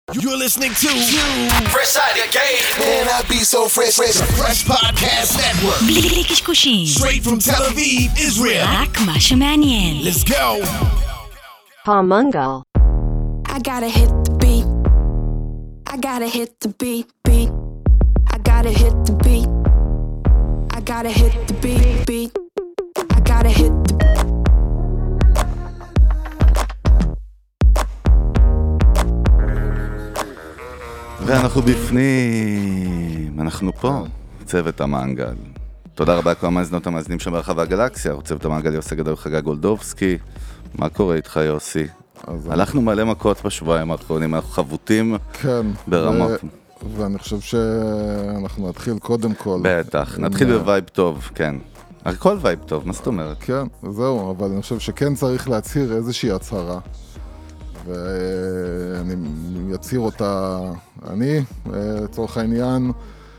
You're listening to Fresh Out of Game. Man, I be so fresh. Fresh Podcast Network. בלי קשקושים. Straight from Tel Aviv, Israel. רק מה שמעניין. Let's go. Palmungal. I gotta hit the beat. I gotta hit the beat. I gotta hit the beat. I gotta hit the beat. I gotta hit the ואנחנו בפנים, אנחנו פה, צוות המנגל. תודה רבה לכל המאזינות המאזינים שם ברחבי הגלקסיה, צוות המנגל יוסי גדול וחגי גולדובסקי. מה קורה איתך יוסי? הלכנו מלא מכות בשבועיים האחרונים, אנחנו חבוטים ברמות. ואני חושב שאנחנו נתחיל קודם כל. בטח, נתחיל בווייב טוב, כן. הכל וייב טוב, מה זאת אומרת? כן, זהו, אבל אני חושב שכן צריך להצהיר איזושהי הצהרה. ואני אצהיר אותה אני, לצורך העניין,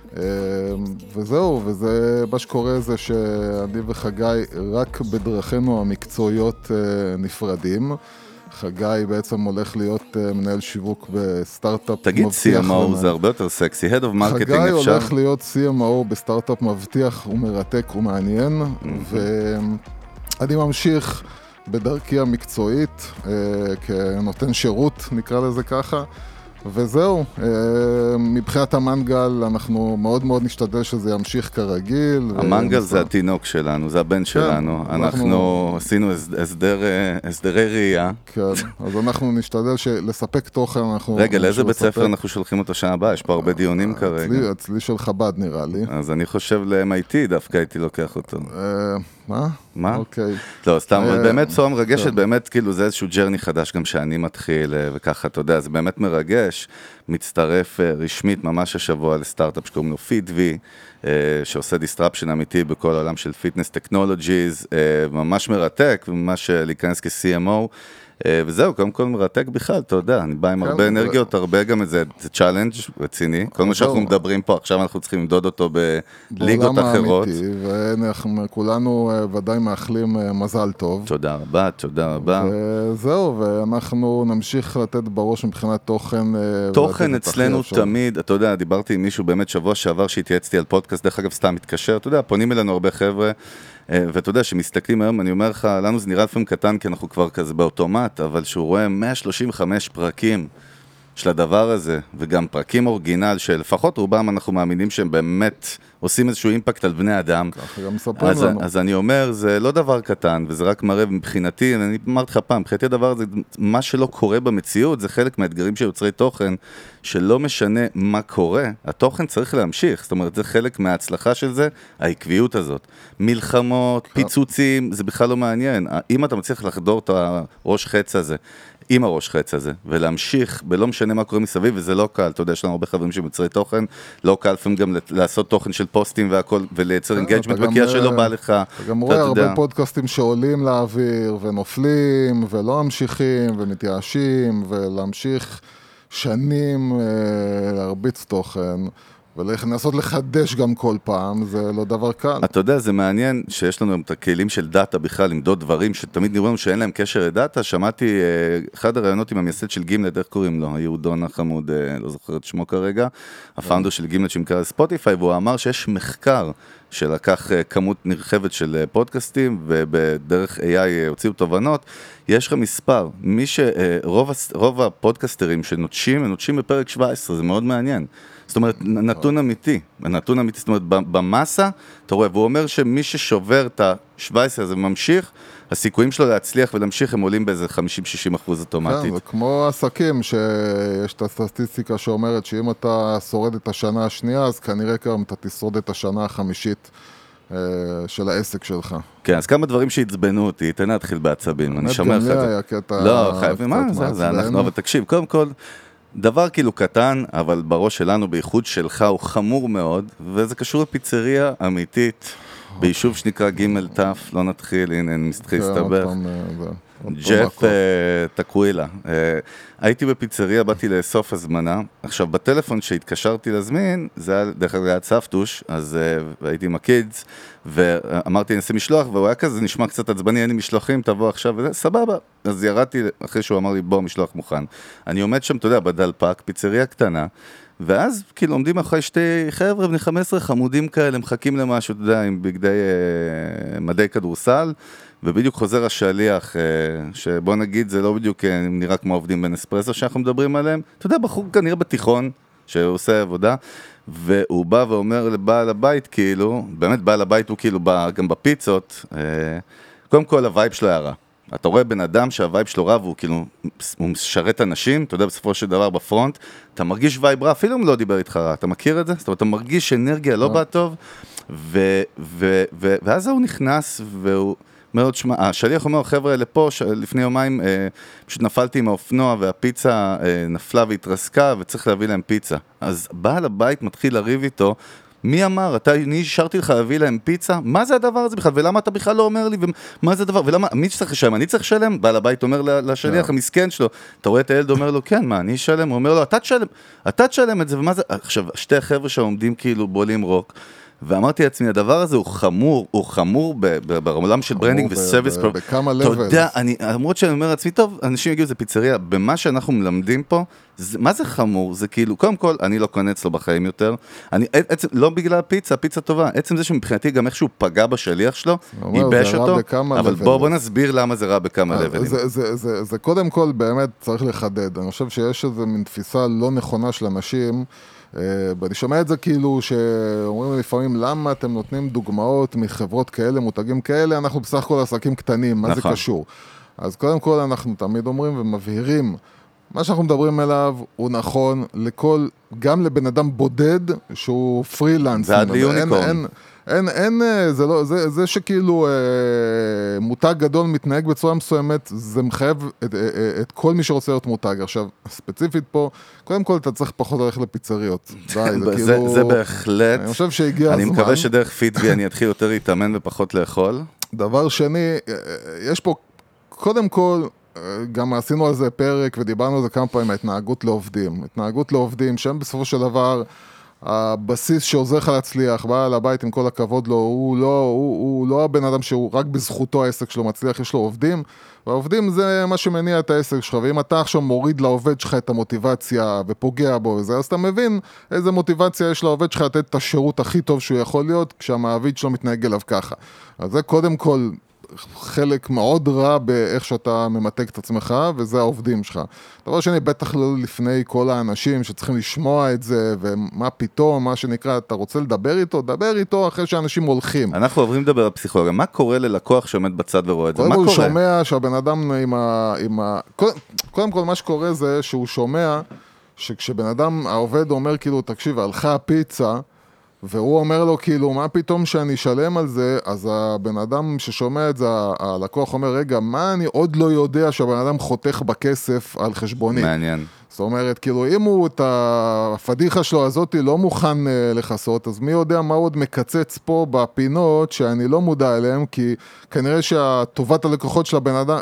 וזהו, וזה מה שקורה זה שאני וחגי רק בדרכינו המקצועיות נפרדים. חגי בעצם הולך להיות מנהל שיווק בסטארט-אפ תגיד CMO, זה הרבה יותר סקסי, Head of Marketing אפשר? חגי הולך להיות CMO בסטארט-אפ מבטיח ומרתק ומעניין, ואני ממשיך בדרכי המקצועית, כנותן שירות, נקרא לזה ככה, וזהו, מבחינת המנגל אנחנו מאוד מאוד נשתדל שזה ימשיך כרגיל. המנגל זה התינוק שלנו, זה הבן שלנו, אנחנו עשינו הסדרי ראייה. כן, אז אנחנו נשתדל לספק תוכן. רגע, לאיזה בית ספר אנחנו שולחים אותו שנה הבאה? יש פה הרבה דיונים כרגע. אצלי של חב"ד נראה לי. אז אני חושב ל-MIT דווקא הייתי לוקח אותו. מה? אוקיי. לא, סתם, באמת צורה מרגשת, באמת כאילו זה איזשהו ג'רני חדש גם שאני מתחיל, וככה, אתה יודע, זה באמת מרגש, מצטרף רשמית ממש השבוע לסטארט-אפ שקוראים לו פיטווי, שעושה דיסטרפשן אמיתי בכל העולם של פיטנס טכנולוגיז, ממש מרתק, ממש להיכנס כ-CMO, וזהו, קודם כל מרתק בכלל, אתה יודע, אני בא עם הרבה אנרגיות, הרבה גם זה צ'אלנג' רציני, כל מה שאנחנו מדברים פה, עכשיו אנחנו צריכים למדוד אותו בליגות אחרות. ואנחנו כולנו ודאי מאחלים מזל טוב. תודה רבה, תודה רבה. וזהו, ואנחנו נמשיך לתת בראש מבחינת תוכן. תוכן אצלנו תמיד, אתה יודע, דיברתי עם מישהו באמת שבוע שעבר שהתייעצתי על פודקאסט, דרך אגב סתם מתקשר, אתה יודע, פונים אלינו הרבה חבר'ה, ואתה יודע, שמסתכלים היום, אני אומר לך, לנו זה נראה לפעמים קטן, כי אנחנו כבר כזה באוטומט, אבל שהוא רואה 135 פרקים של הדבר הזה, וגם פרקים אורגינל, שלפחות רובם אנחנו מאמינים שהם באמת עושים איזשהו אימפקט על בני אדם. ככה גם מספרים לנו. אז אני אומר, זה לא דבר קטן, וזה רק מראה מבחינתי, אני אמרתי לך פעם, מבחינתי הדבר הזה, מה שלא קורה במציאות, זה חלק מהאתגרים של יוצרי תוכן, שלא משנה מה קורה, התוכן צריך להמשיך, זאת אומרת, זה חלק מההצלחה של זה, העקביות הזאת. מלחמות, פיצוצים, זה בכלל לא מעניין. אם אתה מצליח לחדור את הראש חץ הזה, עם הראש חץ הזה, ולהמשיך בלא משנה מה קורה מסביב, וזה לא קל, אתה יודע, יש לנו הרבה חברים שמייצרי תוכן, לא קל לפעמים גם לעשות תוכן של פוסטים והכל, ולייצר אינגייג'מנט בקיעה שלא בא לך. אתה גם רואה הרבה פודקאסטים שעולים לאוויר, ונופלים, ולא ממשיכים, ומתייאשים, ולהמשיך שנים להרביץ תוכן, ולנסות לחדש גם כל פעם, זה לא דבר קל. אתה יודע, זה מעניין שיש לנו את הכלים של דאטה בכלל, למדוד דברים שתמיד נראו לנו שאין להם קשר לדאטה. שמעתי אחד הרעיונות עם המייסד של גימלט, איך קוראים לו? היהודון החמוד, לא זוכר את שמו כרגע, הפאונדר של גימלט שמקרא ספוטיפיי, והוא אמר שיש מחקר שלקח כמות נרחבת של פודקאסטים, ובדרך AI הוציאו תובנות. יש לך מספר, רוב הפודקסטרים שנוטשים, הם נוטשים בפרק 17, זה מאוד מעניין. זאת אומרת, נתון אמיתי, זאת אומרת, במסה, אתה רואה, והוא אומר שמי ששובר את ה-17 הזה ממשיך, הסיכויים שלו להצליח ולהמשיך הם עולים באיזה 50-60% אוטומטית. כן, זה כמו עסקים שיש את הסטטיסטיקה שאומרת שאם אתה שורד את השנה השנייה, אז כנראה גם אתה תשרוד את השנה החמישית של העסק שלך. כן, אז כמה דברים שהצבנו אותי, תן להתחיל בעצבים, אני שומר לך את זה. לא, חייבים, מה זה אנחנו, אבל תקשיב, קודם כל, דבר כאילו קטן, אבל בראש שלנו, בייחוד שלך, הוא חמור מאוד, וזה קשור לפיצריה אמיתית ביישוב שנקרא ג' תף, לא נתחיל, הנה, אני מתחיל להסתבך. ג'ף טקווילה. הייתי בפיצריה, באתי לאסוף הזמנה. עכשיו, בטלפון שהתקשרתי להזמין, זה היה דרך אגב היה צפטוש, אז הייתי עם הקידס, ואמרתי, נעשה משלוח, והוא היה כזה, נשמע קצת עצבני, אין לי משלוחים, תבוא עכשיו, וזה, סבבה. אז ירדתי, אחרי שהוא אמר לי, בוא, משלוח מוכן. אני עומד שם, אתה יודע, בדלפק, פיצריה קטנה, ואז כאילו עומדים אחרי שתי חבר'ה בני 15 חמודים כאלה, מחכים למשהו, אתה יודע, עם בגדי מדי כדורסל, ובדיוק חוזר השליח, שבוא נגיד, זה לא בדיוק נראה כמו עובדים בנספרסו שאנחנו מדברים עליהם, אתה יודע, בחור כנראה בתיכון, שעושה עבודה, והוא בא ואומר לבעל הבית, כאילו, באמת בעל הבית הוא כאילו בא גם בפיצות, קודם כל הווייב שלו היה רע. אתה רואה בן אדם שהווייב שלו רע, והוא כאילו, הוא משרת אנשים, אתה יודע, בסופו של דבר בפרונט, אתה מרגיש וייב רע, אפילו אם לא דיבר איתך רע, אתה מכיר את זה? זאת אומרת, אתה מרגיש אנרגיה לא בא טוב, ואז הוא נכנס, והוא מאוד שמע, השליח אומר, חבר'ה, לפה, לפני יומיים, פשוט נפלתי עם האופנוע, והפיצה נפלה והתרסקה, וצריך להביא להם פיצה. אז בעל הבית מתחיל לריב איתו, מי אמר? אני השארתי לך להביא להם פיצה? מה זה הדבר הזה בכלל? ולמה אתה בכלל לא אומר לי? ומה זה הדבר? ולמה? מי צריך לשלם? אני צריך לשלם? בעל הבית אומר לשליח המסכן שלו. אתה רואה את הילד אומר לו, כן, מה, אני אשלם? הוא אומר לו, אתה תשלם את זה, ומה זה? עכשיו, שתי החבר'ה שעומדים כאילו בולים רוק, ואמרתי לעצמי, הדבר הזה הוא חמור בעולם של ברנדינג וסרוויס. בכמה לבל. אתה יודע, למרות שאני אומר לעצמי, טוב, אנשים יגיעו לזה פיצריה, במה שאנחנו מלמדים פה, מה זה חמור? זה כאילו, קודם כל, אני לא קונה אצלו בחיים יותר, לא בגלל פיצה טובה, עצם זה שמבחינתי גם איכשהו פגע בשליח שלו, ייבש אותו, אבל בוא נסביר למה זה רע בכמה לבלים. זה קודם כל באמת צריך לחדד, אני חושב שיש איזו מין תפיסה לא נכונה של אנשים, ואני שומע את זה כאילו שאומרים לפעמים למה אתם נותנים דוגמאות מחברות כאלה, מותגים כאלה, אנחנו בסך הכל עסקים קטנים, מה זה קשור? אז קודם כל אנחנו תמיד אומרים ומבהירים, מה שאנחנו מדברים עליו הוא נכון לכל, גם לבן אדם בודד שהוא פרילנס. ועד ליוניקורן. אין, זה שכאילו מותג גדול מתנהג בצורה מסוימת, זה מחייב את כל מי שרוצה להיות מותג. עכשיו, ספציפית פה, קודם כל אתה צריך פחות ללכת לפיצריות. זה בהחלט. אני חושב שהגיע הזמן. אני מקווה שדרך פיטבי אני אתחיל יותר להתאמן ופחות לאכול. דבר שני, יש פה, קודם כל, גם עשינו על זה פרק ודיברנו על זה כמה פעמים, ההתנהגות לעובדים. התנהגות לעובדים, שהם בסופו של דבר, הבסיס שעוזר לך להצליח, בעל הבית עם כל הכבוד לו, הוא לא הבן אדם שהוא רק בזכותו העסק שלו מצליח, יש לו עובדים, והעובדים זה מה שמניע את העסק שלך, ואם אתה עכשיו מוריד לעובד שלך את המוטיבציה ופוגע בו וזה, אז אתה מבין איזה מוטיבציה יש לעובד שלך לתת את השירות הכי טוב שהוא יכול להיות, כשהמעביד שלו מתנהג אליו ככה. אז זה קודם כל חלק מאוד רע באיך שאתה ממתג את עצמך, וזה העובדים שלך. דבר שני, בטח לא לפני כל האנשים שצריכים לשמוע את זה, ומה פתאום, מה שנקרא, אתה רוצה לדבר איתו, דבר איתו אחרי שאנשים הולכים. אנחנו עוברים לדבר על פסיכולוגיה. מה קורה ללקוח שעומד בצד ורואה את זה? מה קורה? הוא שומע שהבן אדם קודם כל מה שקורה זה שהוא שומע שכשבן אדם, העובד אומר כאילו, תקשיב, הלכה הפיצה, והוא אומר לו כאילו, מה פתאום שאני אשלם על זה? אז הבן אדם ששומע את זה, הלקוח אומר, רגע, מה אני עוד לא יודע שהבן אדם חותך בכסף על חשבוני? מעניין. זאת אומרת, כאילו, אם הוא את הפדיחה שלו הזאת לא מוכן לחסות, אז מי יודע מה עוד מקצץ פה בפינות שאני לא מודע אליהם, כי כנראה שהטובת הלקוחות של הבן אדם,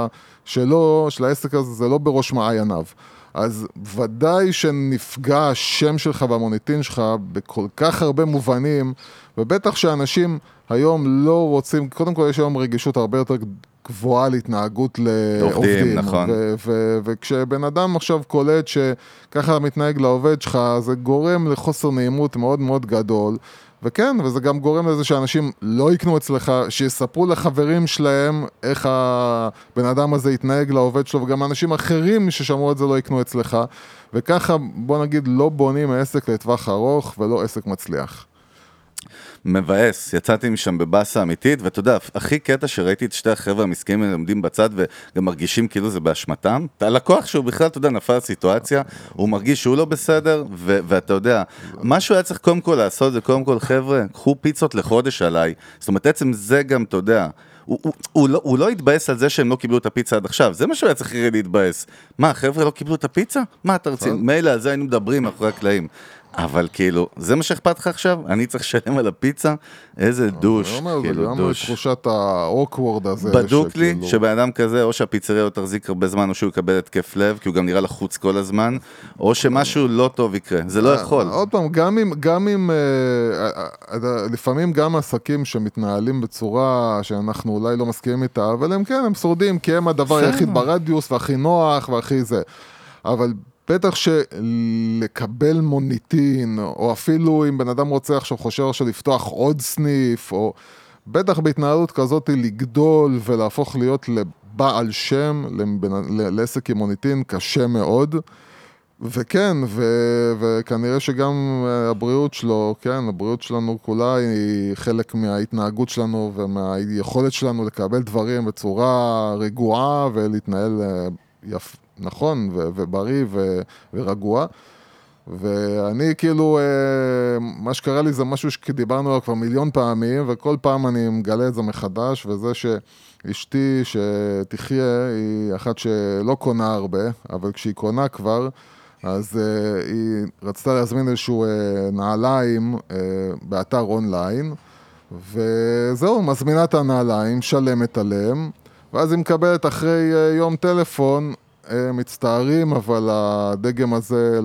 של העסק הזה, זה לא בראש מעייניו. אז ודאי שנפגע השם שלך והמוניטין שלך בכל כך הרבה מובנים, ובטח שאנשים היום לא רוצים, קודם כל יש היום רגישות הרבה יותר גבוהה להתנהגות לעובדים. נכון. וכשבן אדם עכשיו קולט שככה מתנהג לעובד שלך, זה גורם לחוסר נעימות מאוד מאוד גדול, וכן, וזה גם גורם לזה שאנשים לא יקנו אצלך, שיספרו לחברים שלהם איך הבן אדם הזה יתנהג לעובד שלו, וגם אנשים אחרים ששמעו את זה לא יקנו אצלך, וככה בוא נגיד לא בונים עסק לטווח ארוך ולא עסק מצליח. מבאס, יצאתי משם בבאסה אמיתית, ואתה יודע, הכי קטע שראיתי את שתי החבר'ה המסכנים עומדים בצד וגם מרגישים כאילו זה באשמתם, הלקוח שהוא בכלל, אתה יודע, נפל לסיטואציה, הוא מרגיש שהוא לא בסדר, ואתה יודע, מה שהוא היה צריך קודם כל לעשות זה קודם כל, חבר'ה, קחו פיצות לחודש עליי, זאת אומרת, עצם זה גם, אתה יודע, הוא לא התבאס על זה שהם לא קיבלו את הפיצה עד עכשיו, זה מה שהוא היה צריך להתבאס. מה, חבר'ה לא קיבלו את הפיצה? מה, אתה רצים? מילא על זה היינו מדברים אחרי הקלעים. אבל כאילו, זה מה שאכפת לך עכשיו? אני צריך לשלם על הפיצה? איזה דוש, כאילו דוש. זה גם תחושת האוקוורד הזה. בדוק לי שבן אדם כזה, או שהפיצריה לא תחזיק הרבה זמן, או שהוא יקבל התקף לב, כי הוא גם נראה לחוץ כל הזמן, או שמשהו לא טוב יקרה. זה לא יכול. עוד פעם, גם אם לפעמים גם עסקים שמתנהלים בצורה שאנחנו אולי לא מסכימים איתה, אבל הם כן, הם שורדים, כי הם הדבר היחיד ברדיוס, והכי נוח, והכי זה. אבל בטח שלקבל מוניטין, או אפילו אם בן אדם רוצה עכשיו חושב לפתוח עוד סניף, או בטח בהתנהלות כזאת לגדול ולהפוך להיות לבעל שם, לעסק עם מוניטין, קשה מאוד. וכן, וכנראה שגם הבריאות שלו, כן, הבריאות שלנו כולה היא חלק מההתנהגות שלנו ומהיכולת שלנו לקבל דברים בצורה רגועה ולהתנהל נכון ובריא ורגוע. ואני כאילו, מה שקרה לי זה משהו שדיברנו עליו כבר מיליון פעמים, וכל פעם אני מגלה את זה מחדש, וזה שאשתי שתחיה היא אחת שלא קונה הרבה, אבל כשהיא קונה כבר, אז היא רצתה להזמין איזשהו נעליים באתר אונליין, וזהו, מזמינה את הנעליים, שלמת עליהם, ואז היא מקבלת אחרי יום טלפון, מצטערים, אבל הדגם הזה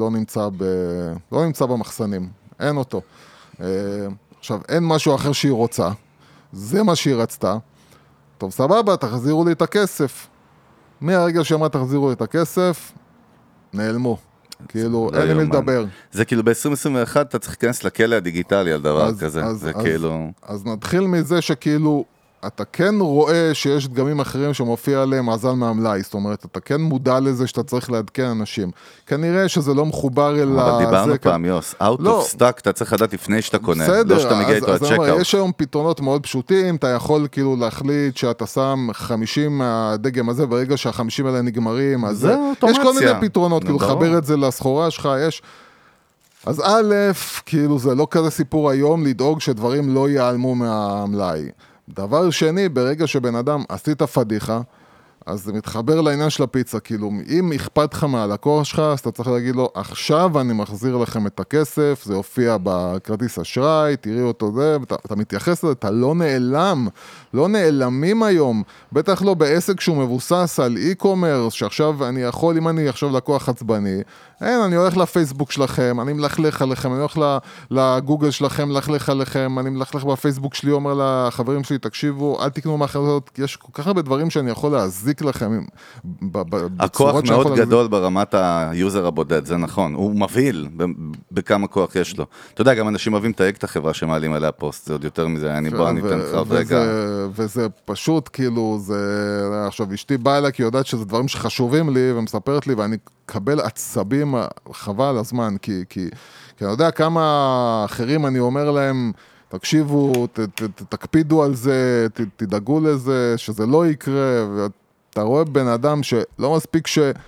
לא נמצא במחסנים, אין אותו. עכשיו, אין משהו אחר שהיא רוצה, זה מה שהיא רצתה. טוב, סבבה, תחזירו לי את הכסף. מהרגע שאמרה תחזירו לי את הכסף, נעלמו. כאילו, אין לי מי לדבר. זה כאילו ב-2021 אתה צריך להיכנס לכלא הדיגיטלי על דבר כזה. זה כאילו... אז נתחיל מזה שכאילו, אתה כן רואה שיש דגמים אחרים שמופיע עליהם מאזן מהמלאי, זאת אומרת, אתה כן מודע לזה שאתה צריך לעדכן אנשים. כנראה שזה לא מחובר אל... אבל דיברנו פעם, יוס, out of stock, אתה צריך לדעת לפני שאתה קונה, לא שאתה מגיע איתו הצ'קאוט. יש היום פתרונות מאוד פשוטים, אתה יכול כאילו להחליט שאתה שם 50 מהדגם הזה, ברגע שה50 האלה נגמרים, אז זה אוטומציה. יש כל מיני פתרונות, כאילו לחבר את זה לסחורה שלך, יש... אז א', כאילו זה לא כזה סיפור היום לדאוג שדברים לא ייעלמו מהמלאי. דבר שני, ברגע שבן אדם עשית פדיחה, אז זה מתחבר לעניין של הפיצה, כאילו, אם אכפת לך מהלקוח שלך, אז אתה צריך להגיד לו, עכשיו אני מחזיר לכם את הכסף, זה הופיע בכרטיס אשראי, תראי אותו זה, אתה מתייחס לזה, אתה לא נעלם, לא נעלמים היום, בטח לא בעסק שהוא מבוסס על e-commerce, שעכשיו אני יכול, אם אני עכשיו לקוח עצבני, אין, אני הולך לפייסבוק שלכם, אני מלכלך עליכם, אני הולך לגוגל שלכם, מלכלך עליכם, אני מלכלך בפייסבוק שלי, אומר לחברים שלי, תקשיבו, אל תקנו מאחרות, יש כל כך הרבה דברים שאני יכול להזיק לכם. הכוח מאוד גדול ברמת היוזר הבודד, זה נכון, הוא מבהיל בכמה כוח יש לו. אתה יודע, גם אנשים אוהבים תייג את החברה שמעלים עליה פוסט, זה עוד יותר מזה, אני אתן לך עוד רגע. וזה פשוט, כאילו, עכשיו אשתי באה אליי, כי היא יודעת שזה דברים שחשובים לי, ומספרת לי, ואני קבל עצבים חבל הזמן, כי אני יודע כמה אחרים אני אומר להם, תקשיבו, תקפידו על זה, תדאגו לזה, שזה לא יקרה, ואתה רואה בן אדם שלא מספיק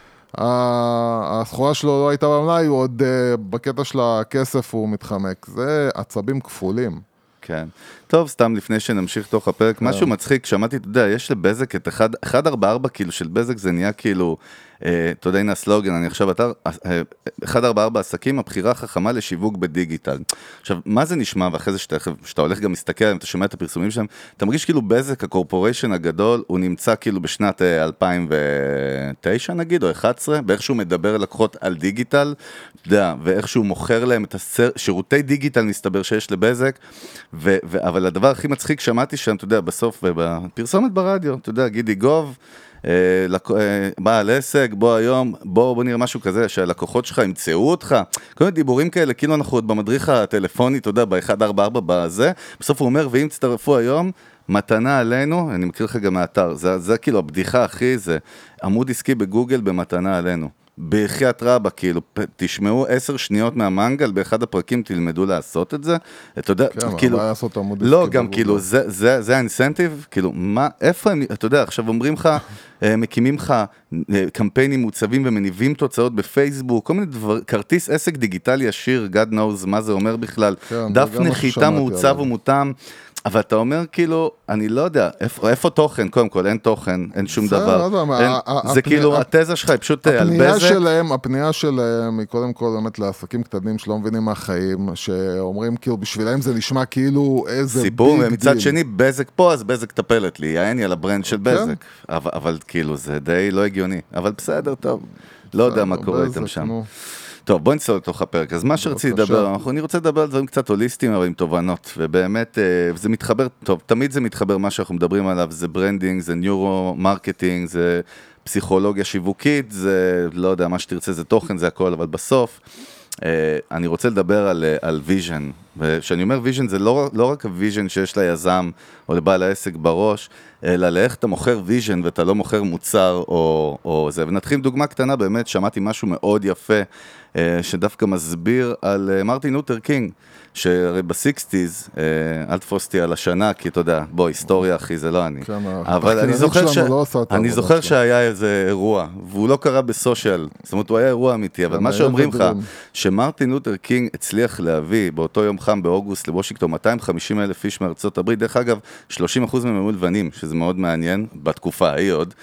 שהסחורה שלו לא הייתה במלאי, הוא עוד בקטע של הכסף הוא מתחמק. זה עצבים כפולים. כן. טוב, סתם לפני שנמשיך תוך הפרק, משהו מצחיק, שמעתי, אתה יודע, יש לבזק את 144 כאילו של בזק, זה נהיה כאילו, אתה יודע, הנה הסלוגן, אני עכשיו אתר, 144 עסקים, הבחירה חכמה לשיווק בדיגיטל. עכשיו, מה זה נשמע, ואחרי זה שאתה הולך גם מסתכל, אם אתה שומע את הפרסומים שלהם, אתה מרגיש כאילו בזק, הקורפוריישן הגדול, הוא נמצא כאילו בשנת 2009 נגיד, או 11, באיך שהוא מדבר לקוחות על דיגיטל, אתה יודע, ואיך שהוא מוכר להם את שירותי דיגיטל מסתבר שיש לבזק, אבל הדבר הכי מצחיק שמעתי שם, אתה יודע, בסוף, בפרסומת ברדיו, אתה יודע, גידי גוב, בעל עסק, בוא היום, בוא נראה משהו כזה, שהלקוחות שלך ימצאו אותך, כל מיני דיבורים כאלה, כאילו אנחנו עוד במדריך הטלפוני, אתה יודע, ב-144 בזה, בסוף הוא אומר, ואם תצטרפו היום, מתנה עלינו, אני מכיר לך גם מהאתר, זה כאילו הבדיחה הכי, זה עמוד עסקי בגוגל במתנה עלינו. בחיית רבה, כאילו, תשמעו 10 שניות מהמנגל, באחד הפרקים תלמדו לעשות את זה, אתה יודע, כאילו, לא, גם כאילו, זה האינסנטיב, כאילו, מה, איפה הם, אתה יודע, עכשיו אומרים לך, מקימים לך קמפיינים מוצבים ומניבים תוצאות בפייסבוק, כל מיני דבר, כרטיס עסק דיגיטלי ישיר, God knows מה זה אומר בכלל, דף נחיתה מעוצב ומותם, אבל אתה אומר כאילו, אני לא יודע, איפה תוכן? קודם כל, אין תוכן, אין שום דבר. זה כאילו, התזה שלך היא פשוט על בזק. הפנייה שלהם היא קודם כל באמת לעסקים קטנים שלא מבינים מהחיים, שאומרים כאילו, בשבילם זה נשמע כאילו איזה סיפור, מצד שני, בזק פה, אז בזק טפלת לי, יעני על הברנד של בזק. אבל כאילו, זה די לא הגיוני. אבל בסדר, טוב. לא יודע מה קורה איתם שם. טוב, בוא נצטרך לתוך הפרק. אז מה שרציתי לדבר, אני רוצה לדבר על דברים קצת הוליסטיים, אבל עם תובנות, ובאמת, זה מתחבר, טוב, תמיד זה מתחבר, מה שאנחנו מדברים עליו, זה ברנדינג, זה ניורו-מרקטינג, זה פסיכולוגיה שיווקית, זה, לא יודע, מה שתרצה זה תוכן, זה הכל, אבל בסוף, אני רוצה לדבר על ויז'ן, וכשאני אומר ויז'ן, זה לא רק הוויז'ן שיש ליזם, או לבעל העסק בראש, אלא לאיך אתה מוכר ויז'ן, ואתה לא מוכר מוצר, או זה. ונתחיל עם דוגמה קטנה, באמת, שמעתי משהו מאוד יפה, שדווקא מסביר על מרטין לותר קינג, שהרי ב-60s, אל תפוס אותי על השנה, כי אתה יודע, בוא, היסטוריה אחי, זה לא אני. אבל אני זוכר שהיה איזה אירוע, והוא לא קרה בסושיאל, זאת אומרת, הוא היה אירוע אמיתי, אבל מה שאומרים לך, שמרטין לותר קינג הצליח להביא, באותו יום חם באוגוסט לוושינגטון, 250,000 איש מארצות הברית, דרך אגב, 30% מהם היו לבנים, שזה מאוד מעניין, בתקופה ההיא עוד,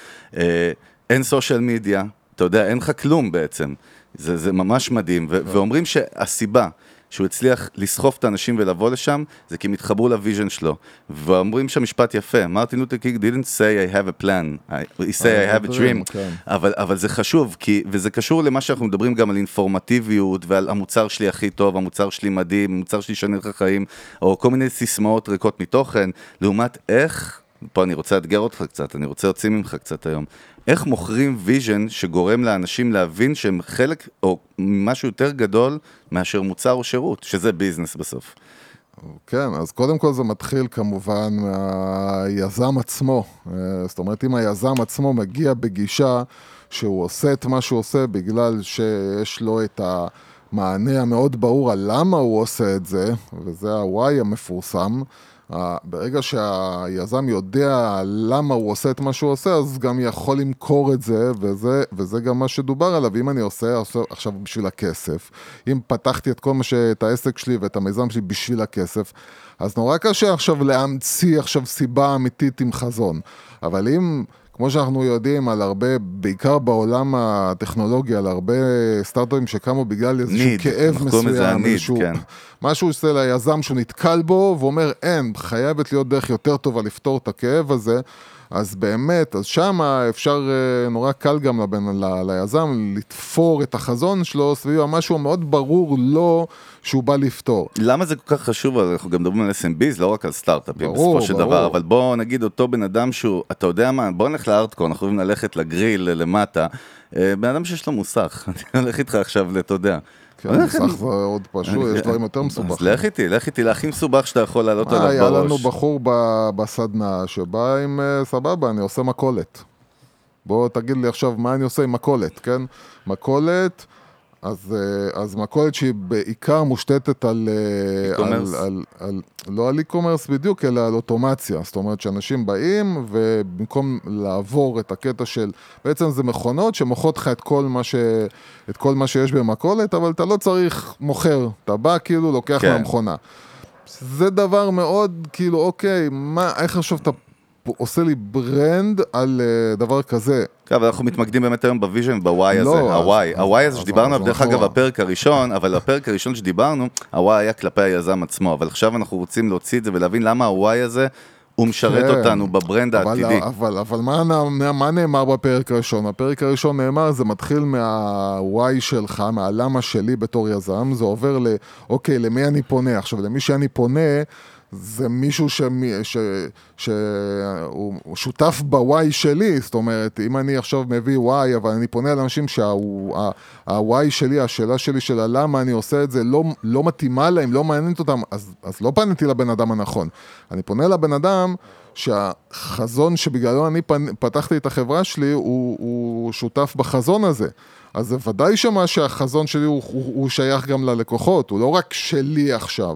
אין סושיאל מדיה, אתה יודע, אין לך כלום בעצם, זה ממש מדהים, ואומרים שהסיבה שהוא הצליח לסחוף את האנשים ולבוא לשם, זה כי הם התחברו לוויז'ן שלו. ואומרים שם משפט יפה, מרטין לותר קינג didn't say I have a plan, he say I have a dream. אבל זה חשוב, וזה קשור למה שאנחנו מדברים גם על אינפורמטיביות, ועל המוצר שלי הכי טוב, המוצר שלי מדהים, המוצר שלי שנה לך חיים, או כל מיני סיסמאות ריקות מתוכן, לעומת איך, פה אני רוצה לאתגר אותך קצת, אני רוצה להוציא ממך קצת היום, איך מוכרים ויז'ן שגורם לאנשים להבין שהם חלק או משהו יותר גדול מאשר מוצר או שירות, שזה ביזנס בסוף. כן, אז קודם כל זה מתחיל כמובן מהיזם עצמו. זאת אומרת, אם היזם עצמו מגיע בגישה שהוא עושה את מה שהוא עושה בגלל שיש לו את המענה המאוד ברור על למה הוא עושה את זה, וזה ה-why המפורסם, ברגע שהיזם יודע למה הוא עושה את מה שהוא עושה, אז גם יכול למכור את זה, וזה גם מה שדובר עליו. אם אני עושה עכשיו בשביל הכסף, אם פתחתי את העסק שלי ואת המיזם שלי בשביל הכסף, אז נורא קשה עכשיו להמציא עכשיו סיבה אמיתית עם חזון. אבל אם, כמו שאנחנו יודעים על הרבה, בעיקר בעולם הטכנולוגי, על הרבה סטארט-אפים שקמו בגלל איזשהו כאב מסוים, משהו שעושה ליזם שהוא נתקל בו, ואומר, אין, חייבת להיות דרך יותר טובה לפתור את הכאב הזה, אז באמת, אז שמה אפשר נורא קל גם ליזם לתפור את החזון שלו סביב משהו מאוד ברור לו שהוא בא לפתור. למה זה כל כך חשוב? אנחנו גם מדברים על SMBs, לא רק על סטארט-אפים בסופו של דבר, אבל בוא נגיד אותו בן אדם שהוא, אתה יודע מה, בוא נלך לארטקור, אנחנו יכולים ללכת לגריל למטה, בן אדם שיש לו מוסך, אני הולך איתך עכשיו, אתה יודע. כן, מוסך זה עוד פשוט, יש דברים יותר מסובכים. אז לך איתי, להכי מסובך שאתה יכול לעלות עליו בראש. היה לנו בחור בסדנה שבא עם סבבה, אני עושה מקולת. בוא תגיד לי עכשיו מה אני עושה עם מקולת, כן? מקולת, אז מקולת שהיא בעיקר מושתתת על לא על e-commerce בדיוק, אלא על אוטומציה. זאת אומרת שאנשים באים, ובמקום לעבור את הקטע של, בעצם זה מכונות שמוכרות לך את כל מה שיש במקולת, אבל אתה לא צריך מוכר. אתה בא כאילו לוקח מהמכונה. זה דבר מאוד כאילו, אוקיי, איך עכשיו אתה עושה לי ברנד על דבר כזה? כן, אבל אנחנו מתמקדים באמת היום בוויז'ן, בוואי הזה, הוואי הזה שדיברנו עליו, דרך אגב, הפרק הראשון, אבל הפרק הראשון שדיברנו, הוואי היה כלפי היזם עצמו, אבל עכשיו אנחנו רוצים להוציא את זה ולהבין למה הוואי הזה הוא משרת אותנו בברנד העתידי. אבל מה נאמר בפרק הראשון? הפרק הראשון נאמר, זה מתחיל מהוואי שלך, מהלמה שלי בתור יזם, זה עובר אוקיי, למי אני פונה? עכשיו, למי שאני פונה, זה מישהו שהוא שותף בוואי שלי, זאת אומרת, אם אני עכשיו מביא וואי, אבל אני פונה לאנשים שהוואי שלי, השאלה שלי של למה אני עושה את זה, לא מתאימה להם, לא מעניינת אותם, אז לא פניתי לבן אדם הנכון. אני פונה לבן אדם שהחזון שבגללו אני פתחתי את החברה שלי, הוא שותף בחזון הזה. אז זה ודאי שמה שהחזון שלי הוא שייך גם ללקוחות, הוא לא רק שלי עכשיו.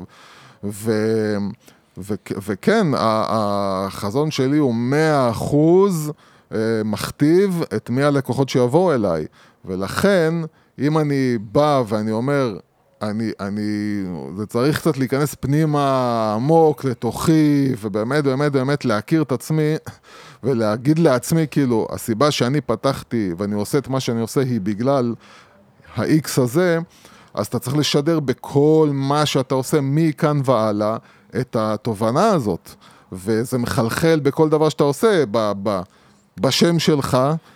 וכן, החזון שלי הוא 100% מכתיב את מי הלקוחות שיבואו אליי, ולכן אם אני בא ואני אומר זה צריך קצת להיכנס פנימה עמוק לתוכי, ובאמת, באמת, באמת להכיר את עצמי, ולהגיד לעצמי, כאילו, הסיבה שאני פתחתי, ואני עושה את מה שאני עושה, היא בגלל ה-X הזה, אז אתה צריך לשדר בכל מה שאתה עושה, מכאן והלאה, את התובנה הזאת, וזה מחלחל בכל דבר שאתה עושה, בשם שלך,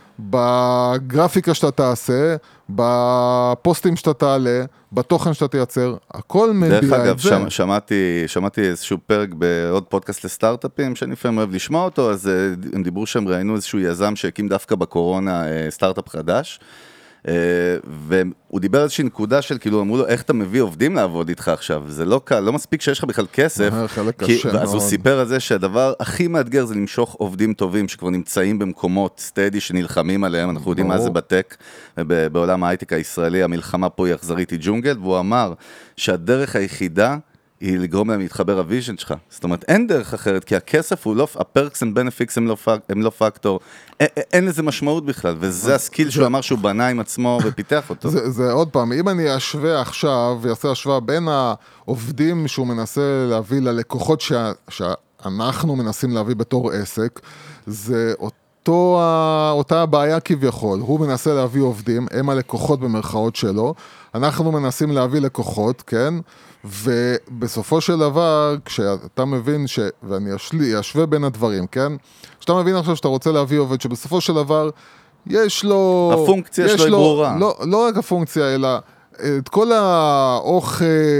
בגרפיקה שאתה תעשה, בפוסטים שאתה תעלה, בתוכן שאתה תייצר, הכל מביע את זה. דרך אגב, שמעתי איזשהו פרק בעוד פודקאסט לסטארט-אפים, שאני לפעמים אוהב לשמוע אותו, אז הם דיברו שהם ראינו איזשהו יזם שהקים דווקא בקורונה סטארט-אפ חדש, והוא דיבר על איזושהי נקודה של, כאילו, אמרו לו, איך אתה מביא עובדים לעבוד איתך עכשיו? זה לא קל, לא מספיק שיש לך בכלל כסף, אז הוא סיפר על זה שהדבר הכי מאתגר זה למשוך עובדים טובים, שכבר נמצאים במקומות סטדי שנלחמים עליהם, אנחנו יודעים מה זה בטק, ובעולם ההייטק הישראלי, המלחמה פה היא אכזרית, היא ג'ונגל, והוא אמר שהדרך היחידה, היא לגרום להם להתחבר הוויז'ן שלך. זאת אומרת, אין דרך אחרת, כי הכסף הוא לא, הפרקס and benefits הם לא פקטור, אין לזה משמעות בכלל, וזה הסקיל שהוא אמר שהוא בנה עם עצמו ופיתח אותו. זה עוד פעם, אם אני אשווה עכשיו, ויעשה השוואה בין העובדים שהוא מנסה להביא ללקוחות שאנחנו מנסים להביא בתור עסק, זה אותה הבעיה כביכול, הוא מנסה להביא עובדים, הם הלקוחות במרכאות שלו, אנחנו מנסים להביא לקוחות, כן? ובסופו של דבר, כשאתה מבין ואני אשווה בין הדברים, כן? כשאתה מבין עכשיו שאתה רוצה להביא עובד, שבסופו של דבר יש לו... הפונקציה שלו היא ברורה. לא רק הפונקציה, אלא את כל האוכל,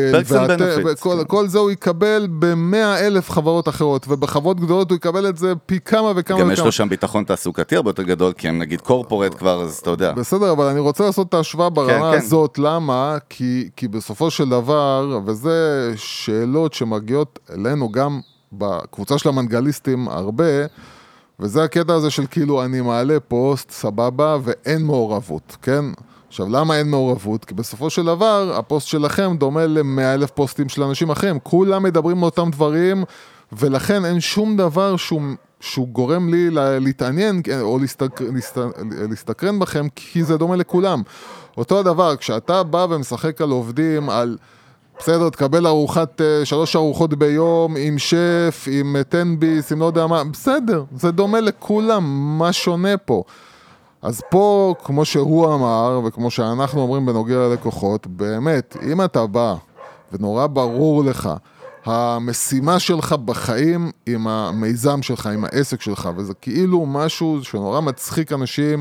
כל זה הוא יקבל ב100,000 חברות אחרות, ובחברות גדולות הוא יקבל את זה פי כמה וכמה. גם יש לו שם ביטחון תעסוקתי הרבה יותר גדול, כי הם נגיד קורפורט כבר, אז אתה יודע. בסדר, אבל אני רוצה לעשות את ההשוואה ברמה הזאת, למה? כי בסופו של דבר, וזה שאלות שמגיעות אלינו גם בקבוצה של המנגליסטים הרבה, וזה הקטע הזה של כאילו אני מעלה פוסט, סבבה, ואין מעורבות, כן? עכשיו, למה אין מעורבות? כי בסופו של דבר, הפוסט שלכם דומה ל100,000 פוסטים של אנשים אחרים. כולם מדברים מאותם דברים, ולכן אין שום דבר שהוא גורם לי להתעניין, או להסתקרן בכם, כי זה דומה לכולם. אותו הדבר, כשאתה בא ומשחק על עובדים, על בסדר, תקבל 3 ארוחות ביום, עם שף, עם 10 ביס, עם לא יודע מה, בסדר, זה דומה לכולם, מה שונה פה? אז פה, כמו שהוא אמר, וכמו שאנחנו אומרים בנוגע ללקוחות, באמת, אם אתה בא, ונורא ברור לך, המשימה שלך בחיים עם המיזם שלך, עם העסק שלך, וזה כאילו משהו שנורא מצחיק אנשים,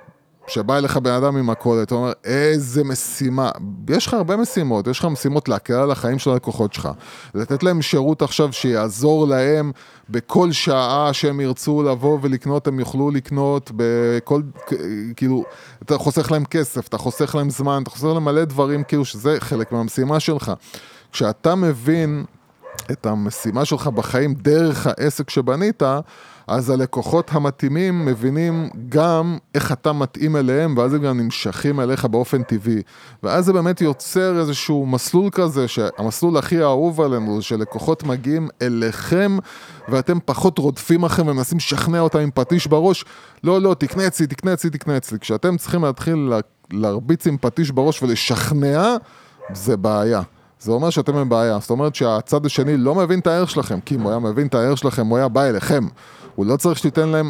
שבא אליך בן אדם עם הכל, אתה אומר, איזה משימה, יש לך הרבה משימות, יש לך משימות להקל על החיים של הלקוחות שלך, לתת להם שירות עכשיו שיעזור להם בכל שעה שהם ירצו לבוא ולקנות, הם יוכלו לקנות בכל, כאילו, אתה חוסך להם כסף, אתה חוסך להם זמן, אתה חוסך להם מלא דברים, כאילו שזה חלק מהמשימה שלך. כשאתה מבין את המשימה שלך בחיים דרך העסק שבנית, אז הלקוחות המתאימים מבינים גם איך אתה מתאים אליהם, ואז הם גם נמשכים אליך באופן טבעי. ואז זה באמת יוצר איזשהו מסלול כזה, שהמסלול הכי אהוב עלינו, זה שלקוחות מגיעים אליכם, ואתם פחות רודפים לכם, ומנסים לשכנע אותם עם פטיש בראש. לא, תקנה אצלי, תקנה אצלי, תקנה אצלי. כשאתם צריכים להתחיל להרביץ עם פטיש בראש ולשכנע, זה בעיה. זה אומר שאתם עם בעיה. זאת אומרת שהצד השני לא מבין את הערך שלכם, כי אם הוא היה מבין את הערך שלכם, הוא היה בא אליכם. הוא לא צריך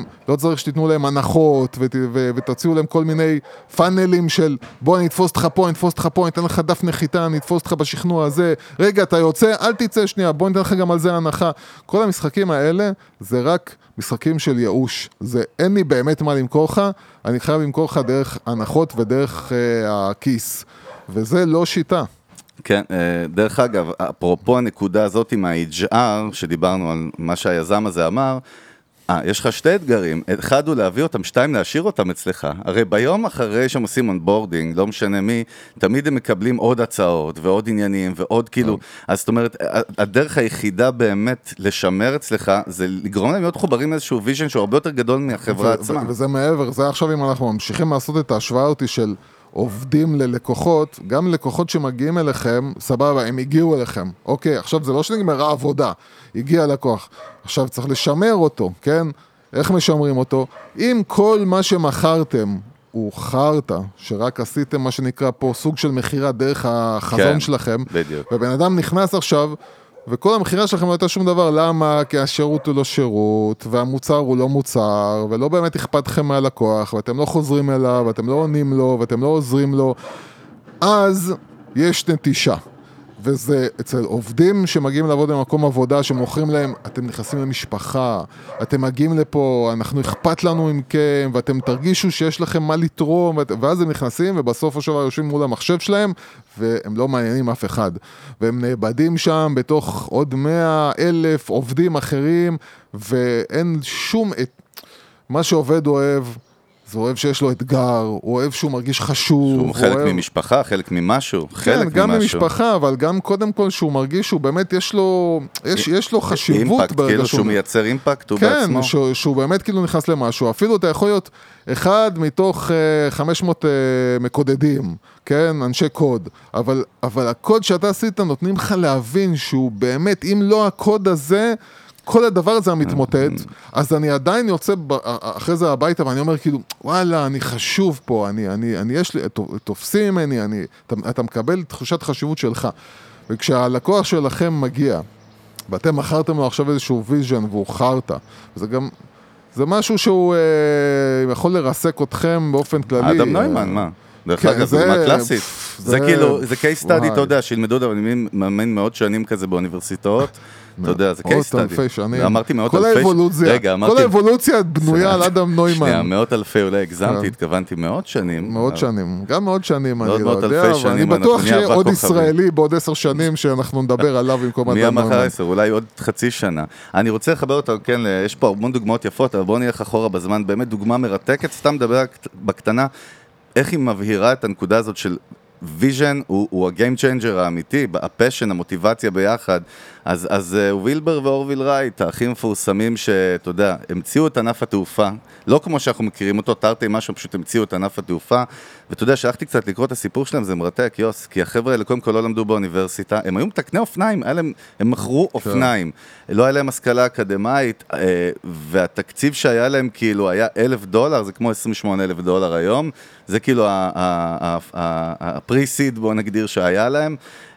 שתיתנו להם הנחות ותציעו להם כל מיני פאנלים של בוא אני אתפוס אותך פה, אני אתפוס אותך פה, אני אתן לך דף נחיתה, אני אתפוס אותך בשכנוע הזה, רגע אתה יוצא, אל תצא שנייה, בוא ניתן לך גם על זה הנחה. כל המשחקים האלה זה רק משחקים של ייאוש, זה אין לי באמת מה למכור לך, אני חייב למכור לך דרך הנחות ודרך הכיס, וזה לא שיטה. כן, דרך אגב, אפרופו הנקודה הזאת עם ה-HR, שדיברנו על מה שהיזם הזה אמר, יש לך 2 אתגרים, 1 הוא להביא אותם, 2 להשאיר אותם אצלך. הרי ביום אחרי שהם עושים אונבורדינג, לא משנה מי, תמיד הם מקבלים עוד הצעות ועוד עניינים ועוד כאילו, אז זאת אומרת, הדרך היחידה באמת לשמר אצלך, זה לגרום להם להיות חוברים לאיזשהו ויז'ן שהוא הרבה יותר גדול מהחברה עצמה. וזה מעבר, זה עכשיו אם אנחנו ממשיכים לעשות את ההשוואה אותי של עובדים ללקוחות, גם לקוחות שמגיעים אליכם, סבבה, הם הגיעו אליכם. אוקיי, עכשיו זה לא שנגמרה עבודה, הגיע לקוח. עכשיו צריך לשמר אותו, כן? איך משמרים אותו? אם כל מה שמכרתם הוא חרטה, שרק עשיתם מה שנקרא פה סוג של מחירה דרך החזון שלכם, בדיוק. ובן אדם נכנס עכשיו, וכל המחירה שלכם לא הייתה שום דבר, למה? כי השירות הוא לא שירות, והמוצר הוא לא מוצר, ולא באמת אכפת לכם מהלקוח, ואתם לא חוזרים אליו, ואתם לא עונים לו, ואתם לא עוזרים לו, אז יש נטישה. וזה אצל עובדים שמגיעים לעבוד במקום עבודה, שמוכרים להם, אתם נכנסים למשפחה, אתם מגיעים לפה, אנחנו אכפת לנו מכם, ואתם תרגישו שיש לכם מה לתרום, ואז הם נכנסים, ובסוף השבוע יושבים מול המחשב שלהם, והם לא מעניינים אף אחד. והם נאבדים שם בתוך עוד 100,000 עובדים אחרים, ואין שום... מה שעובד אוהב, זה אוהב שיש לו אתגר, הוא אוהב שהוא מרגיש חשוב. שהוא חלק ממשפחה, חלק ממשהו, כן, גם ממשפחה, אבל גם קודם כל שהוא מרגיש שהוא באמת יש לו חשיבות. אימפקט, כאילו שהוא מייצר אימפקט, הוא בעצמו. כן, שהוא באמת כאילו נכנס למשהו. אפילו אתה יכול להיות אחד מתוך 500 מקודדים, כן, אנשי קוד. אבל הקוד שאתה עשית נותנים לך להבין שהוא באמת, אם לא הקוד הזה... כל הדבר הזה המתמוטט, אז אני עדיין יוצא אחרי זה הביתה, ואני אומר כאילו, וואלה, אני חשוב פה, יש לי, תופסים ממני, אתה מקבל תחושת חשיבות שלך. וכשהלקוח שלכם מגיע, ואתם מכרתם לו עכשיו איזשהו ויז'ן, והוא חרטה, זה משהו שהוא יכול לרסק אתכם באופן כללי. אדם נוימן, מה? דרך אגב, זה דוגמה קלאסית. זה כאילו, זה קייס סטאדי, אתה יודע, שילמדו, אבל אני מאמן מאות שנים כזה באוניברסיטאות, אתה יודע, זה קייס סטאדי. אמרתי מאות אלפי שנים. כל האבולוציה בנויה על אדם נוימן. שנייה, מאות אלפי, אולי הגזמתי, התכוונתי מאות שנים. מאות שנים, גם מאות שנים, אני לא יודע, אבל אני בטוח שיהיה עוד ישראלי בעוד 10 שנים שאנחנו נדבר עליו במקום אדם נוימן. מי אמר 10, אולי עוד חצי שנה. אני רוצה לחבר אותו, כן, יש פה המון דוגמאות יפות, אבל בואו נלך אחורה בזמן, באמת דוגמה מרתקת, סתם מדבר בקטנה, איך היא מבהירה את הנקודה הזאת של ויז'ן, הוא הגיים צ'יינג'ר האמיתי, הפשן, המוטיבציה ביחד. אז וילבר ואורוויל רייט, האחים מפורסמים שאתה יודע, המציאו את ענף התעופה, לא כמו שאנחנו מכירים אותו, תרתי משהו, פשוט המציאו את ענף התעופה, ואתה יודע, שהלכתי קצת לקרוא את הסיפור שלהם, זה מרתק, יוס, כי החבר'ה האלה קודם כל לא למדו באוניברסיטה, הם היו מתקני אופניים, הם מכרו אופניים, לא היה להם השכלה אקדמית, והתקציב שהיה להם כאילו היה $1,000, זה כמו $28,000 היום, זה כאילו הפרי-סיד, בוא נגדיר שהיה להם,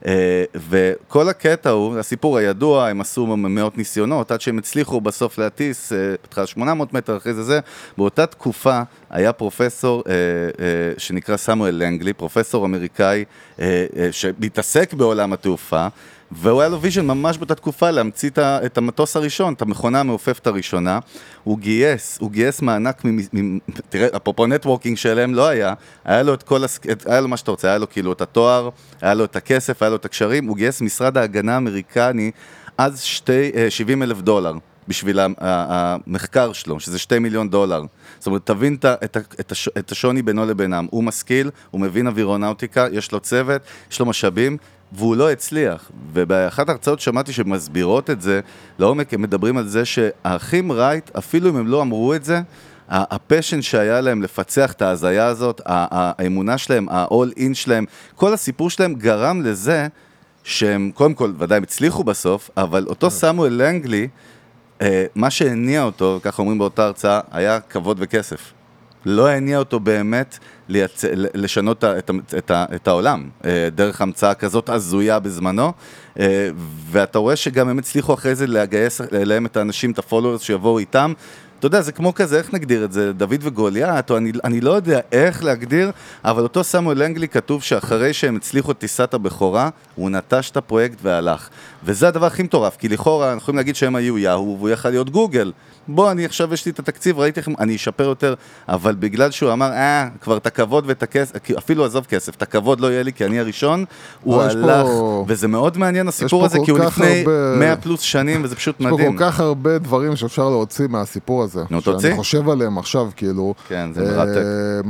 וכל הקטע הוא, הסיפור הידוע, הם עשו מאות ניסיונות, עד שהם הצליחו בסוף להטיס, פתחה 800 מטר אחרי זה, באותה תקופה היה פרופסור שנקרא סמואל לנגלי, פרופסור אמריקאי שמתעסק בעולם התעופה, והוא היה לו ויז'ן ממש באותה תקופה להמציא את המטוס הראשון, את המכונה המעופפת הראשונה, הוא גייס מענק, תראה, אפרופו נטוורקינג שלהם לא היה לו היה לו מה שאתה רוצה, היה לו כאילו את התואר, היה לו את הכסף, היה לו את הקשרים, הוא גייס משרד ההגנה האמריקני, אז $70,000 בשביל המחקר שלו, שזה $2 מיליון. זאת אומרת, תבין את השוני בינו לבינם, הוא משכיל, הוא מבין אווירונאוטיקה, יש לו צוות, יש לו משאבים, והוא לא הצליח, ובאחת ההרצאות שמעתי שמסבירות את זה, לעומק הם מדברים על זה שהאחים רייט, אפילו אם הם לא אמרו את זה, הפשן שהיה להם לפצח את ההזיה הזאת, האמונה שלהם, ה-all in שלהם, כל הסיפור שלהם גרם לזה, שהם קודם כל ודאי הצליחו בסוף, אבל אותו סמואל לנגלי, מה שהניע אותו, ככה אומרים באותה הרצאה, היה כבוד וכסף. לא הניע אותו באמת לשנות את העולם, דרך המצאה כזאת עזויה בזמנו, ואתה רואה שגם הם הצליחו אחרי זה לגייס להם את האנשים, את הפולוורס שיבואו איתם, אתה יודע, זה כמו כזה, איך נגדיר את זה? דוד וגוליית, או אני לא יודע איך להגדיר, אבל אותו סמואל לנגלי כתוב שאחרי שהם הצליחו את טיסת הבכורה, הוא נטש את הפרויקט והלך. וזה הדבר הכי מטורף, כי לכאורה אנחנו יכולים להגיד שהם היו יאהו, והוא יכל להיות גוגל. בוא, אני עכשיו יש לי את התקציב, ראיתי לכם, אני אשפר יותר, אבל בגלל שהוא אמר, כבר את הכבוד ואת הכסף, אפילו עזוב כסף, את הכבוד לא יהיה לי, כי אני הראשון, הוא הלך, וזה מאוד מעניין הסיפור הזה, כי הוא לפני 100 פלוס שנים, וזה פשוט מדהים. יש פה כל כך הרבה דברים שאפשר להוציא מהסיפור הזה, שאני חושב עליהם עכשיו, כאילו. כן, זה מרתק.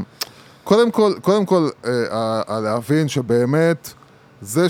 קודם כל, להבין שבאמת, זה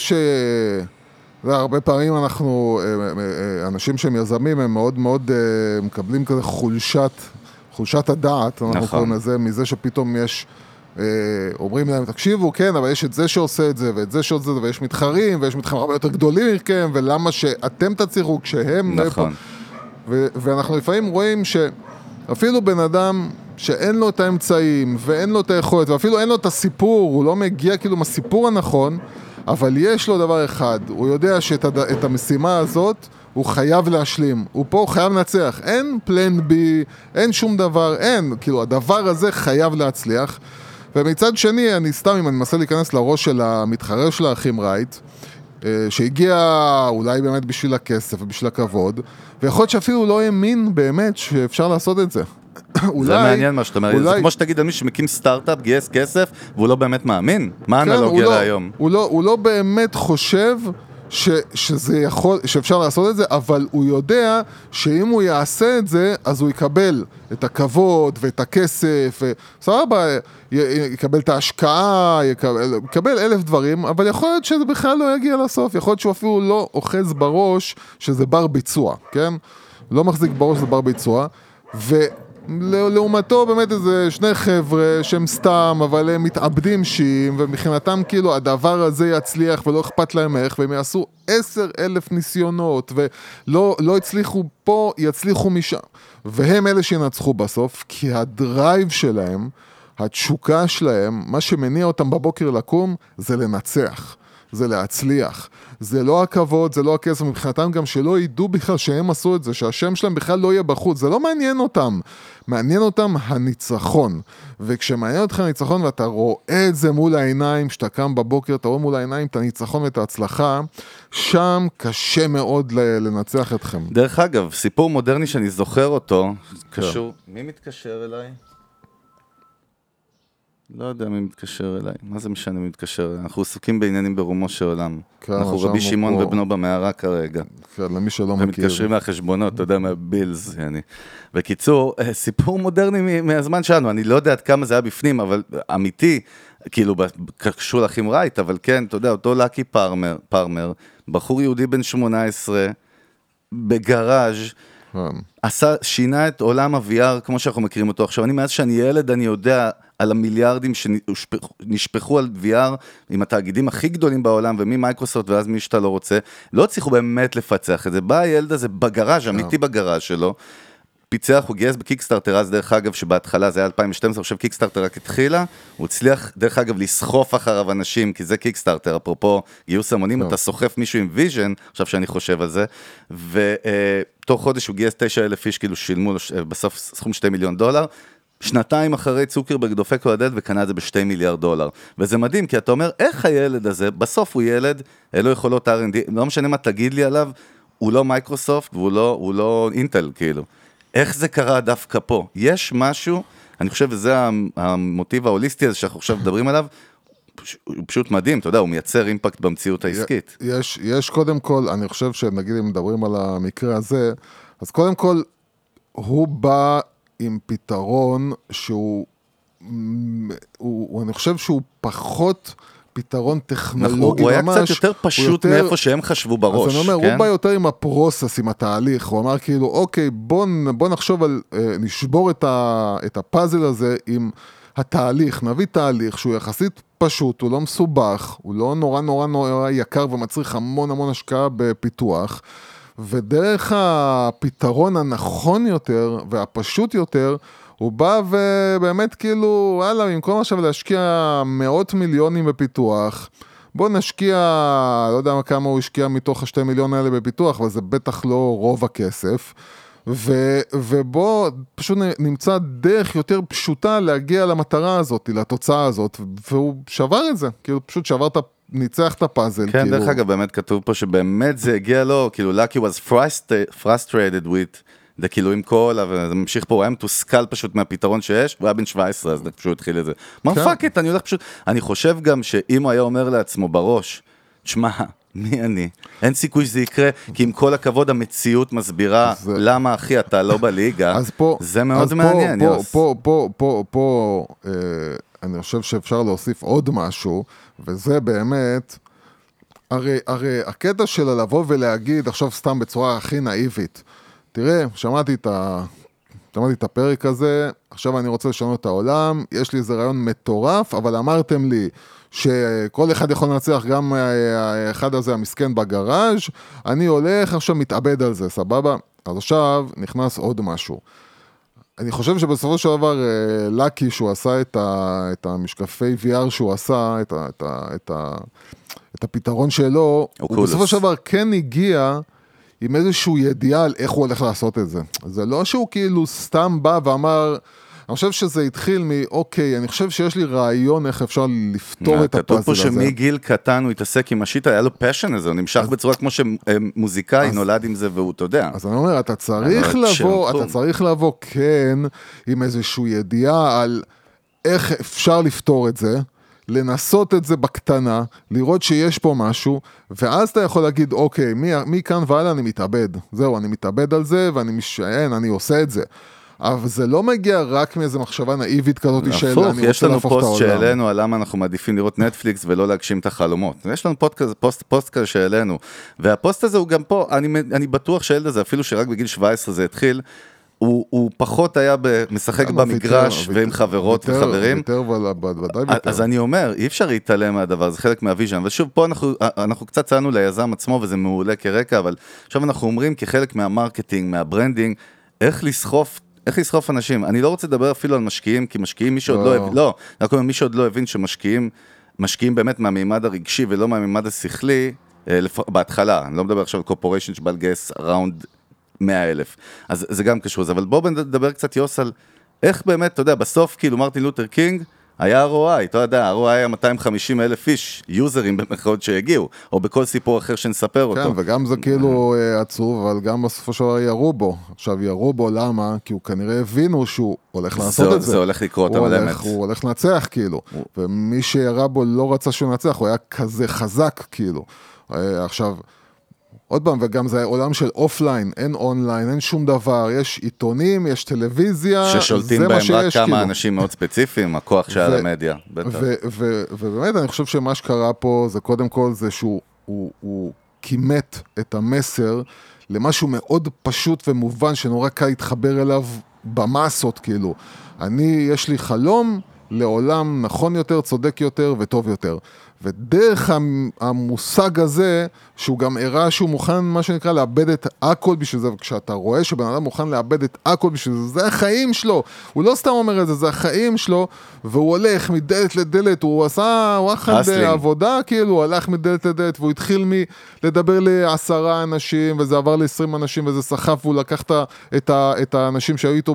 הרבה פעמים אנחנו, אנשים שהם יזמים, הם מאוד מאוד מקבלים כזה חולשת הדעת, אנחנו קוראים לזה, מזה שפתאום יש, אומרים להם, תקשיבו, כן, אבל יש את זה שעושה את זה, ואת זה שעושה את זה, ויש מתחרים, ויש מתחרים הרבה יותר גדולים מכם, ולמה שאתם תצליחו כשהם... נכון. ואנחנו לפעמים רואים שאפילו בן אדם שאין לו את האמצעים, ואין לו את היכולת, ואפילו אין לו את הסיפור, הוא לא מגיע כאילו מהסיפור הנכון, אבל יש לו דבר אחד, הוא יודע שאת המשימה הזאת, הוא חייב להשלים, הוא פה, הוא חייב לנצח, אין פלן בי, אין שום דבר, אין, כאילו הדבר הזה חייב להצליח, ומצד שני, אני סתם, אם אני מנסה להיכנס לראש של המתחרר של האחים רייט, שהגיע אולי באמת בשביל הכסף ובשביל הכבוד, ויכול להיות שאפילו לא האמין באמת שאפשר לעשות את זה. זה מעניין מה שאתה אומר, זה כמו שתגיד על מי שמקים סטארט-אפ, גייס כסף, והוא לא באמת מאמין. מה האנלוגיה להיום? הוא לא באמת חושב שאפשר לעשות את זה, אבל הוא יודע שאם הוא יעשה את זה, אז הוא יקבל את הכבוד ואת הכסף, סבבה, יקבל את ההשקעה, יקבל 1000 דברים, אבל יכול להיות שזה בכלל לא יגיע לסוף, יכול להיות שהוא אפילו לא אוחז בראש שזה בר ביצוע, כן? לא מחזיק בראש שזה בר ביצוע, ולעומתו באמת איזה שני חבר'ה שהם סתם, אבל הם מתאבדים שיים, ומבחינתם כאילו הדבר הזה יצליח ולא אכפת להם איך, והם יעשו 10,000 ניסיונות, ולא הצליחו פה, יצליחו משם. והם אלה שינצחו בסוף, כי הדרייב שלהם, התשוקה שלהם, מה שמניע אותם בבוקר לקום, זה לנצח. זה להצליח, זה לא הכבוד, זה לא הכסף, מבחינתם גם שלא ידעו בכלל שהם עשו את זה, שהשם שלהם בכלל לא יהיה בחוץ, זה לא מעניין אותם, מעניין אותם הניצחון, וכשמעניין אותך הניצחון ואתה רואה את זה מול העיניים, שאתה קם בבוקר, אתה רואה מול העיניים את הניצחון ואת ההצלחה, שם קשה מאוד לנצח אתכם. דרך אגב, סיפור מודרני שאני זוכר אותו, קשור, מי מתקשר אליי? לא יודע מי מתקשר אליי, מה זה משנה מי מתקשר אליי? אנחנו עסוקים בעניינים ברומו של עולם. אנחנו רבי שמעון ובנו במערה כרגע. כן, למי שלא מכיר. ומתקשרים מהחשבונות, אתה יודע, מהבילס. בקיצור, סיפור מודרני מהזמן שלנו, אני לא יודע עד כמה זה היה בפנים, אבל אמיתי, כאילו, קשור לאחים רייט, אבל כן, אתה יודע, אותו לקי פארמר, בחור יהודי בן 18, בגראז' שינה את עולם ה-VR כמו שאנחנו מכירים אותו. עכשיו, מאז שאני ילד, אני יודע על המיליארדים שנשפכו על VR עם התאגידים הכי גדולים בעולם, וממייקרוסופט ואז מי שאתה לא רוצה, לא הצליחו באמת לפצח את זה. בא הילד הזה בגראז', אמיתי בגראז' שלו, פיצח, הוא גייס בקיקסטארטר, אז דרך אגב, שבהתחלה זה היה 2012, עכשיו קיקסטארטר רק התחילה, הוא הצליח דרך אגב לסחוף אחריו אנשים, כי זה קיקסטארטר, אפרופו גיוס המונים, אתה סוחף מישהו עם ויז'ן, עכשיו שאני חושב על זה, ותוך חודש הוא גייס 9,000 איש, כאילו שילמו בסוף סכום $2 מיליון, שנתיים אחרי צוקרברג דופק לו הדלת וקנה את זה $2 מיליארד, וזה מדהים, כי אתה אומר, איך הילד הזה, בסוף הוא ילד, אין לו יכולות R&D, לא משנה מה תגיד לי עליו, הוא לא מייקרוסופט, והוא לא אינטל, כאילו. איך זה קרה דווקא פה? יש משהו, אני חושב וזה המוטיב ההוליסטי הזה שאנחנו עכשיו מדברים עליו, הוא פשוט מדהים, אתה יודע, הוא מייצר אימפקט במציאות העסקית. יש קודם כל, אני חושב שנגיד אם מדברים על המקרה הזה, אז קודם כל, הוא בא עם פתרון שהוא, אני חושב שהוא פחות פתרון טכנולוגי. הוא היה קצת יותר פשוט מאיפה שהם חשבו בראש. אז אני אומר, הוא בא יותר עם הפרוסס, עם התהליך, הוא אמר כאילו, אוקיי, בוא נחשוב על, נשבור את הפאזל הזה עם התהליך, נביא תהליך שהוא יחסית פשוט, הוא לא מסובך, הוא לא נורא יקר ומצריך המון השקעה בפיתוח, ודרך הפתרון הנכון יותר והפשוט יותר, הוא בא ובאמת כאילו, וואלה, במקום עכשיו להשקיע מאות מיליונים בפיתוח, בוא נשקיע, לא יודע כמה הוא השקיע מתוך ה2 מיליון האלה בפיתוח, אבל זה בטח לא רוב הכסף, ובוא פשוט נמצא דרך יותר פשוטה להגיע למטרה הזאת, לתוצאה הזאת, והוא שבר את זה, כאילו פשוט ניצח את הפאזל. כן, דרך אגב, באמת כתוב פה שבאמת זה הגיע לו, כאילו, Lucky was frustrated with זה כאילו עם כל, אבל זה ממשיך פה, הוא היה מתוסכל פשוט מהפתרון שיש, הוא היה בן 17, אז זה פשוט התחיל את זה. מה מפקת, אני הולך פשוט, אני חושב גם שאם הוא היה אומר לעצמו בראש, תשמע, מי אני? אין סיכוי שזה יקרה, כי עם כל הכבוד המציאות מסבירה למה אחי אתה לא בליגה, זה מאוד מעניין. פה, אני חושב שאפשר להוסיף עוד משהו, וזה באמת, הרי הקטע שלה לבוא ולהגיד, עכשיו סתם בצורה הכי נאיבית, תראה, שמעתי את הפרק הזה, עכשיו אני רוצה לשנות את העולם, יש לי איזה רעיון מטורף, אבל אמרתם לי שכל אחד יכול לנצח, גם האחד הזה המסכן בגראז', אני הולך עכשיו מתאבד על זה, סבבה? אז עכשיו נכנס עוד משהו. אני חושב שבסופו של דבר, לקי שהוא עשה את המשקפי VR שהוא עשה, את הפתרון שלו, הוא בסופו של דבר כן הגיע עם איזשהו ידיעה על איך הוא הולך לעשות את זה. זה לא שהוא כאילו סתם בא ואמר, אני חושב שזה התחיל אוקיי, אני חושב שיש לי רעיון איך אפשר לפתור את הפאזל הזה. כתוב פה שמגיל קטן הוא התעסק עם השיטה, היה לו פשן הזה, הוא נמשך בצורה כמו שמוזיקאי נולד עם זה והוא תודה. אז אני אומר, אתה צריך לבוא כן עם איזשהו ידיעה על איך אפשר לפתור את זה, לנסות את זה בקטנה, לראות שיש פה משהו, ואז אתה יכול להגיד, אוקיי, מכאן ועלה אני מתאבד. זהו, אני מתאבד על זה, ואני משען, אני עושה את זה. אבל זה לא מגיע רק מאיזו מחשבה נאיבית כזאת של אני רוצה להפוך את העולם. יש לנו פוסט שאלינו על למה אנחנו מעדיפים לראות נטפליקס ולא להגשים את החלומות. יש לנו פוסט כזה שאלינו, והפוסט הזה הוא גם פה, אני בטוח שהילד הזה, אפילו שרק בגיל 17 זה התחיל, הוא פחות היה משחק במגרש ועם חברות וחברים. אז אני אומר, אי אפשר להתעלם מהדבר, זה חלק מהוויז'ן. ושוב, פה אנחנו קצת צענו ליזם עצמו, וזה מעולה כרקע, אבל עכשיו אנחנו אומרים כחלק מהמרקטינג, מהברנדינג, איך לסחוף אנשים. אני לא רוצה לדבר אפילו על משקיעים, כי משקיעים מי שעוד לא הבין, לא, מי שעוד לא הבין שמשקיעים באמת מהמימד הרגשי ולא מהמימד השכלי, בהתחלה, אני לא מדבר עכשיו על קורפוריישן שבא לגייס אראונד 100,000. אז זה גם קשור. אבל בואו נדבר קצת יוס על איך באמת, אתה יודע, בסוף כאילו מרטין לותר קינג היה ROI, אתה יודע, ROI היה 250,000 איש, יוזרים במחאות שהגיעו, או בכל סיפור אחר שנספר אותו. כן, וגם זה כאילו עצוב, אבל גם בסופו של דבר ירו בו. עכשיו ירו בו, למה? כי הוא כנראה הבינו שהוא הולך לעשות את זה. זה הולך לקרות, אבל אמת. הוא הולך לנצח, כאילו. ומי שירה בו לא רצה שהוא נצח, הוא היה כזה חזק, כאילו. עכשיו, עוד פעם, וגם זה עולם של אופליין, אין אונליין, אין שום דבר, יש עיתונים, יש טלוויזיה, ששולטים בהם רק כמה אנשים מאוד ספציפיים, הכוח של המדיה, בטח. ובאמת אני חושב שמה שקרה פה, זה קודם כל זה שהוא כימת את המסר למשהו מאוד פשוט ומובן, שנורא קל להתחבר אליו במסות, כאילו. יש לי חלום לעולם נכון יותר, צודק יותר וטוב יותר. ודרך המושג הזה, שהוא גם הראה שהוא מוכן, מה שנקרא, לאבד את הכל בשביל זה, וכשאתה רואה שבן אדם מוכן לאבד את הכל בשביל זה, זה החיים שלו, הוא לא סתם אומר את זה, זה החיים שלו, והוא הולך מדלת לדלת, הוא עשה וואחד עבודה, כאילו, הוא הלך מדלת לדלת, והוא התחיל לדבר ל10 אנשים, וזה עבר ל20 אנשים, וזה סחף, והוא לקח את האנשים שהיו איתו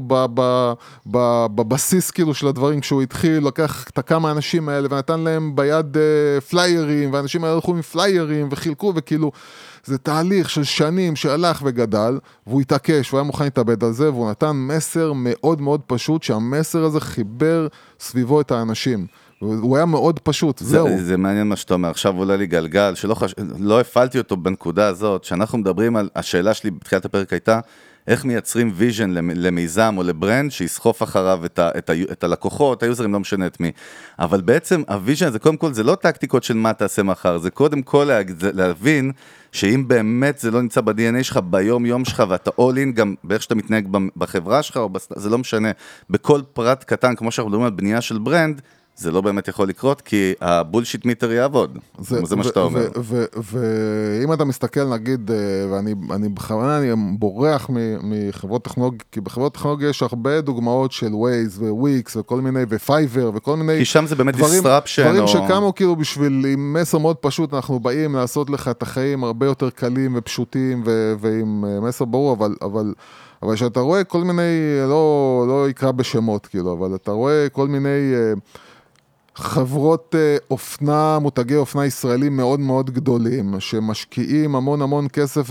בבסיס, כאילו, של הדברים, כשהוא התחיל, לקח את כמה האנשים האלה, ונתן להם ביד פליירים, ואנשים הלכו עם פליירים, וחילקו, וכאילו, זה תהליך של שנים שהלך וגדל, והוא התעקש, והוא היה מוכן להתאבד על זה, והוא נתן מסר מאוד מאוד פשוט, שהמסר הזה חיבר סביבו את האנשים. הוא היה מאוד פשוט, זהו. זה מעניין מה שאתה אומר, עכשיו עולה לי גלגל, שלא הפעלתי אותו בנקודה הזאת, שאנחנו מדברים על, השאלה שלי בתחילת הפרק הייתה, איך מייצרים ויז'ן למיזם או לברנד שיסחוף אחריו את הלקוחות, היוזרים לא משנה את מי. אבל בעצם הוויז'ן הזה, קודם כל, זה לא טקטיקות של מה תעשה מחר, זה קודם כל להבין שאם באמת זה לא נמצא ב-DNA שלך, ביום שלך, ואתה all in גם באיך שאתה מתנהג בחברה שלך, זה לא משנה. בכל פרט קטן, כמו שאנחנו מדברים על בנייה של ברנד, זה לא באמת יכול לקרות, כי הבולשיט מיטר יעבוד. זה מה שאתה אומר. ואם אתה מסתכל, נגיד, ואני בכוונה בורח מחברות טכנולוגיה, כי בחברות טכנולוגיה יש הרבה דוגמאות של ווייז וויקס וכל מיני, ופייבר וכל מיני... כי שם זה באמת disruption. דברים שקמו כאילו בשביל, עם מסר מאוד פשוט, אנחנו באים לעשות לך את החיים הרבה יותר קלים ופשוטים, ועם מסר ברור, אבל שאתה רואה כל מיני, לא יקרא בשמות, כאילו, אבל אתה רואה כל מיני... חברות אופנה, מותגי אופנה ישראלים מאוד מאוד גדולים, שמשקיעים המון כסף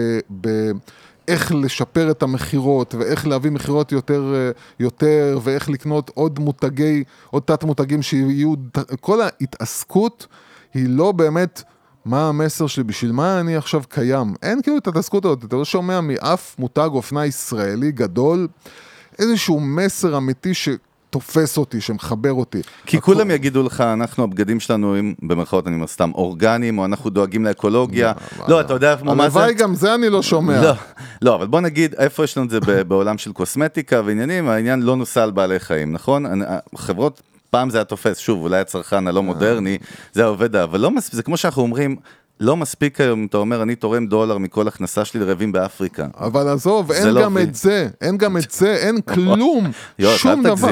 באיך לשפר את המחירות, ואיך להביא מחירות יותר, ואיך לקנות עוד תת מותגים שיהיו, כל ההתעסקות היא לא באמת מה המסר שלי, בשביל מה אני עכשיו קיים. אין כאילו את ההתעסקות הזאת, אתה לא שומע מאף מותג אופנה ישראלי גדול, איזשהו מסר אמיתי תופס אותי, שמחבר אותי. כי כולם יגידו לך, אנחנו הבגדים שלנו, במרכאות אני אומר סתם, אורגניים, או אנחנו דואגים לאקולוגיה. לא, אתה יודע מה זה? הלוואי גם זה אני לא שומע. לא, אבל בוא נגיד, איפה יש לנו את זה בעולם של קוסמטיקה ועניינים, העניין לא נוסע על בעלי חיים, נכון? חברות, פעם זה היה תופס, שוב, אולי הצרכן הלא מודרני, זה העובד, אבל לא מספיק, זה כמו שאנחנו אומרים, לא מספיק היום, אתה אומר, אני תורם $1 מכל הכנסה שלי לרעבים באפריקה. אבל עזוב, אין גם את זה, אין כלום, שום דבר.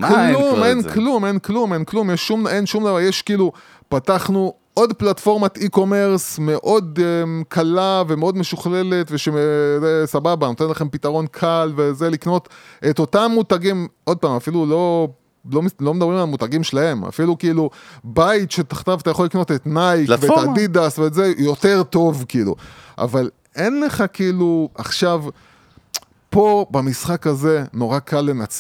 אין כלום, אין שום דבר, יש כאילו, פתחנו עוד פלטפורמת e-commerce מאוד קלה ומאוד משוכללת, וסבבה, נותן לכם פתרון קל, וזה לקנות את אותם מותגים, עוד פעם, אפילו לא מדברים על מותגים שלהם, אפילו כאילו בית שתחתיו אתה יכול לקנות את נייק ואת אדידס ואת זה יותר טוב כאילו, אבל אין לך כאילו עכשיו פה במשחק הזה נורא קל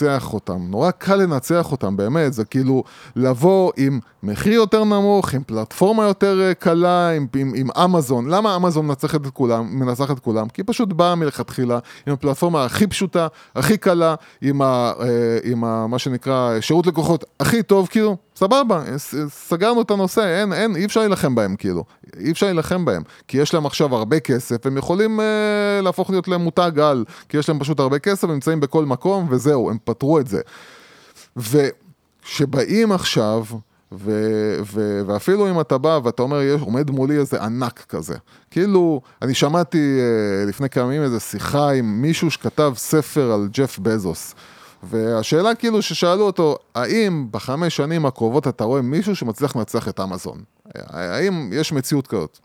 לנצח אותם, באמת, זה כאילו לבוא עם מחיר יותר נמוך, עם פלטפורמה יותר קלה, עם אמזון. למה אמזון מנצחת את כולם? כי היא פשוט באה מלכתחילה עם הפלטפורמה הכי פשוטה, הכי קלה, עם מה שנקרא שירות לקוחות הכי טוב, כאילו, סבבה, סגרנו את הנושא, אי אפשר להילחם בהם, כאילו, כי יש להם עכשיו הרבה כסף, הם יכולים להפוך להיות להם מותג על, כי יש להם פשוט הרבה כסף, הם נמצאים בכל מקום, וזהו, הם פתרו את זה. ושבאים עכשיו, ואפילו אם אתה בא ואתה אומר, עומד מולי איזה ענק כזה, כאילו, אני שמעתי לפני כמה ימים איזה שיחה עם מישהו שכתב ספר על ג'ף בזוס, והשאלה כאילו ששאלו אותו, האם ב5 שנים הקרובות אתה רואה מישהו שמצליח לנצח את אמזון? האם יש מציאות כזאת?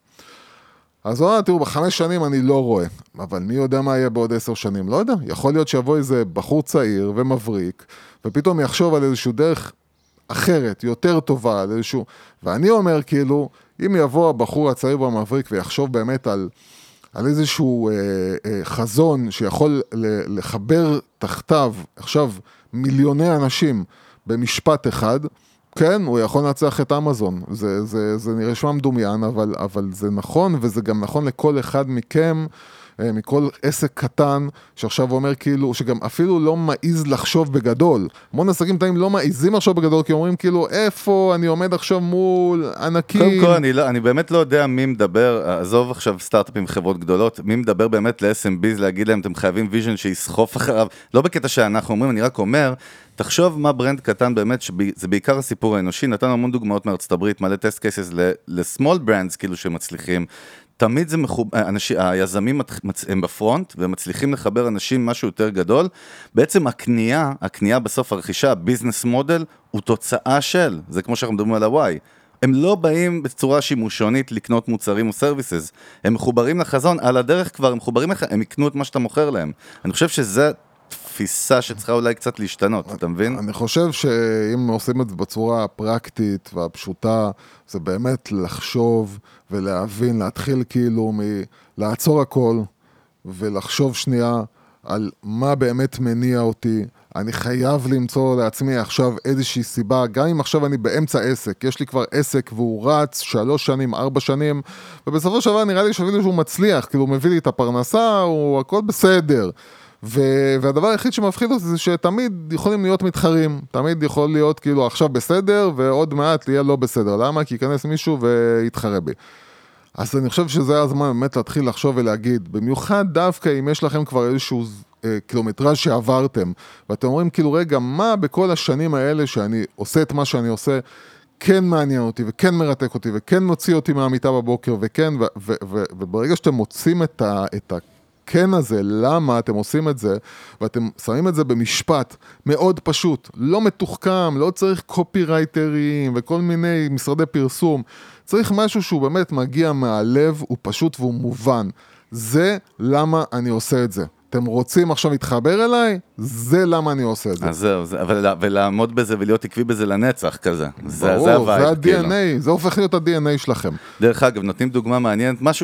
אז תראו, ב5 שנים אני לא רואה, אבל מי יודע מה יהיה בעוד 10 שנים? לא יודע, יכול להיות שיבוא איזה בחור צעיר ומבריק, ופתאום יחשוב על איזשהו דרך אחרת, יותר טובה, על איזשהו... ואני אומר כאילו, אם יבוא הבחור הצעיר והמבריק ויחשוב באמת על איזשהו חזון שיכול לחבר תחתיו עכשיו מיליוני אנשים במשפט אחד, כן, הוא יכול לנצח את אמזון. זה נראה שמה מדומיין, אבל זה נכון, וזה גם נכון לכל אחד מכם, מכל עסק קטן, שעכשיו אומר כאילו, שגם אפילו לא מעיז לחשוב בגדול. המון עסקים קטנים לא מעיזים לחשוב בגדול, כי אומרים כאילו, איפה אני עומד עכשיו מול ענקים? קודם כל, אני באמת לא יודע מי מדבר, עזוב עכשיו סטארט-אפים חברות גדולות, מי מדבר באמת ל-SMBs, להגיד להם, אתם חייבים ויז'ן שיסחוף אחריו, לא בקטע שאנחנו אומרים, אני רק אומר, תחשוב מה ברנד קטן באמת, שזה בעיקר הסיפור האנושי, נתנו המון דוגמאות מארצות הברית, מלא טסט קייסס ל-small brands כאילו שמצליחים, תמיד זה היזמים הם בפרונט, ומצליחים לחבר אנשים משהו יותר גדול, בעצם הקנייה בסוף הרכישה, הביזנס מודל, הוא תוצאה של, זה כמו שאנחנו מדברים על הוואי, הם לא באים בצורה שימושונית לקנות מוצרים או סרוויסס, הם מחוברים לחזון, על הדרך כבר הם מחוברים לך, הם יקנו את מה שאתה מוכר להם. אני חושב שזה תפיסה שצריכה אולי קצת להשתנות, אתה מבין? אני חושב שאם עושים את זה בצורה הפרקטית והפשוטה, זה באמת לחשוב ולהבין, להתחיל כאילו לעצור הכל ולחשוב שנייה על מה באמת מניע אותי. אני חייב למצוא לעצמי עכשיו איזושהי סיבה, גם אם עכשיו אני באמצע עסק, יש לי כבר עסק והוא רץ 3 שנים, 4 שנים, ובסופו של דבר נראה לי שהוא מצליח, כאילו הוא מביא לי את הפרנסה, הוא הכל בסדר. והדבר היחיד שמפחיד אותי זה שתמיד יכולים להיות מתחרים, תמיד יכול להיות כאילו עכשיו בסדר ועוד מעט יהיה לא בסדר. למה? כי ייכנס מישהו ויתחרה בי. אז אני חושב שזה הזמן באמת להתחיל לחשוב ולהגיד, במיוחד דווקא אם יש לכם כבר איזשהו קילומטרז' שעברתם, ואתם אומרים כאילו רגע, מה בכל השנים האלה שאני עושה את מה שאני עושה, כן מעניין אותי וכן מרתק אותי וכן מוציא אותי מהמיטה בבוקר וכן, וברגע שאתם מוצאים את כן הזה, למה אתם עושים את זה, ואתם שמים את זה במשפט מאוד פשוט, לא מתוחכם, לא צריך קופירייטרים וכל מיני משרדי פרסום, צריך משהו שהוא באמת מגיע מהלב, הוא פשוט והוא מובן. זה למה אני עושה את זה. אתם רוצים עכשיו להתחבר אליי? זה למה אני עושה את זה. אז זהו, ולעמוד בזה ולהיות עקבי בזה לנצח כזה. ברור, זה ה-DNA, זה הופך להיות ה-DNA שלכם. דרך אגב, נותנים דוגמה מעניינת, משהו,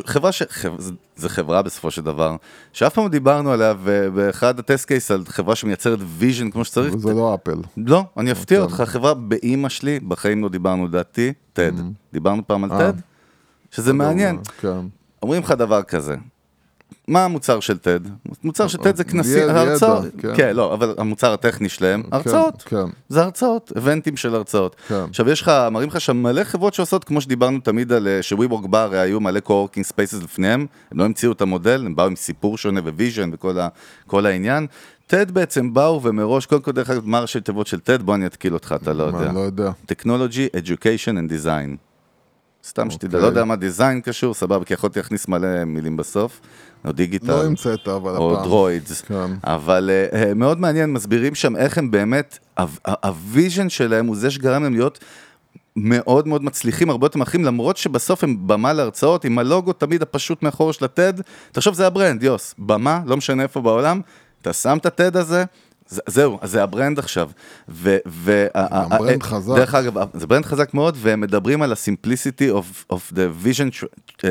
זה חברה בסופו של דבר, שאף פעם דיברנו עליה, ובאחד הטסט קייס על חברה שמייצרת ויז'ן כמו שצריך. זה לא אפל. לא, אני אפתיע אותך, חברה באמא שלי, בחיים לא דיברנו דעתי, טד. דיברנו פעם על טד? שזה מעניין. אומרים לך דבר כזה. מה המוצר של טד? מוצר של טד זה כנסים, הרצאות, כן, לא, אבל המוצר הטכני שלהם, הרצאות, זה הרצאות, איבנטים של הרצאות. עכשיו יש לך, מראים לך שם מלא חברות שעושות, כמו שדיברנו תמיד על שוויבורג בר, היו מלא קורקינג ספייסס לפניהם, הם לא המציאו את המודל, הם באו עם סיפור שונה וויז'ן וכל העניין. טד בעצם באו ומראש, קודם כל דרך אגב, מה ראשי תיבות של טד? בוא אני אתקיל אותך, אתה לא יודע. לא יודע. Technology, Education and Design. סתם שתדע, לא יודע מה דיזיין קשור, סבבה, כי יכולתי להכניס מלא מילים בסוף, או דיגיטל, לא המצאת, אבל או הפעם. דרוידס, כן. אבל מאוד מעניין, מסבירים שם איך הם באמת, הוויז'ן שלהם הוא זה שגרם להם להיות מאוד מאוד מצליחים, הרבה יותר אחרים, למרות שבסוף הם במה להרצאות, עם הלוגו תמיד הפשוט מאחור של הטד, תחשוב זה הברנד, יוס, במה, לא משנה איפה בעולם, אתה שם את הטד הזה, זהו, אז זה הברנד עכשיו. ברנד חזק. דרך אגב, זה ברנד חזק מאוד, והם מדברים על ה-simplicity of the vision,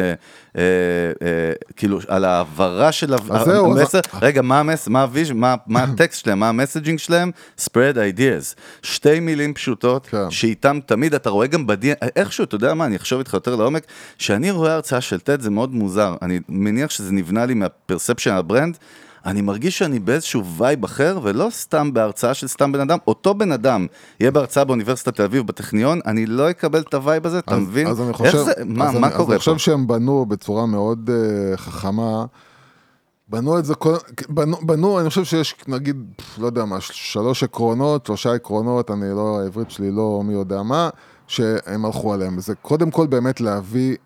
כאילו, על העברה של המסר. רגע, מה הוויז'ן, מה הטקסט שלהם, מה המסג'ינג שלהם? spread ideas. 2 מילים פשוטות, שאיתם תמיד, אתה רואה גם איכשהו, אתה יודע מה, אני אחשוב איתך יותר לעומק, שאני רואה הרצאה של טד, זה מאוד מוזר. אני מניח שזה נבנה לי מהפרספשן על הברנד, אני מרגיש שאני באיזשהו וייב אחר, ולא סתם בהרצאה של סתם בן אדם, אותו בן אדם יהיה בהרצאה באוניברסיטת תל אביב בטכניון, אני לא אקבל את הווייב הזה, אתה מבין? אז אני חושב, מה קורה פה? אני חושב שהם בנו בצורה מאוד חכמה, בנו את זה, בנו, אני חושב שיש, נגיד, לא יודע מה, 3 עקרונות, אני לא, העברית שלי לא מי יודע מה, שהם הלכו עליהם. זה קודם כל באמת להביא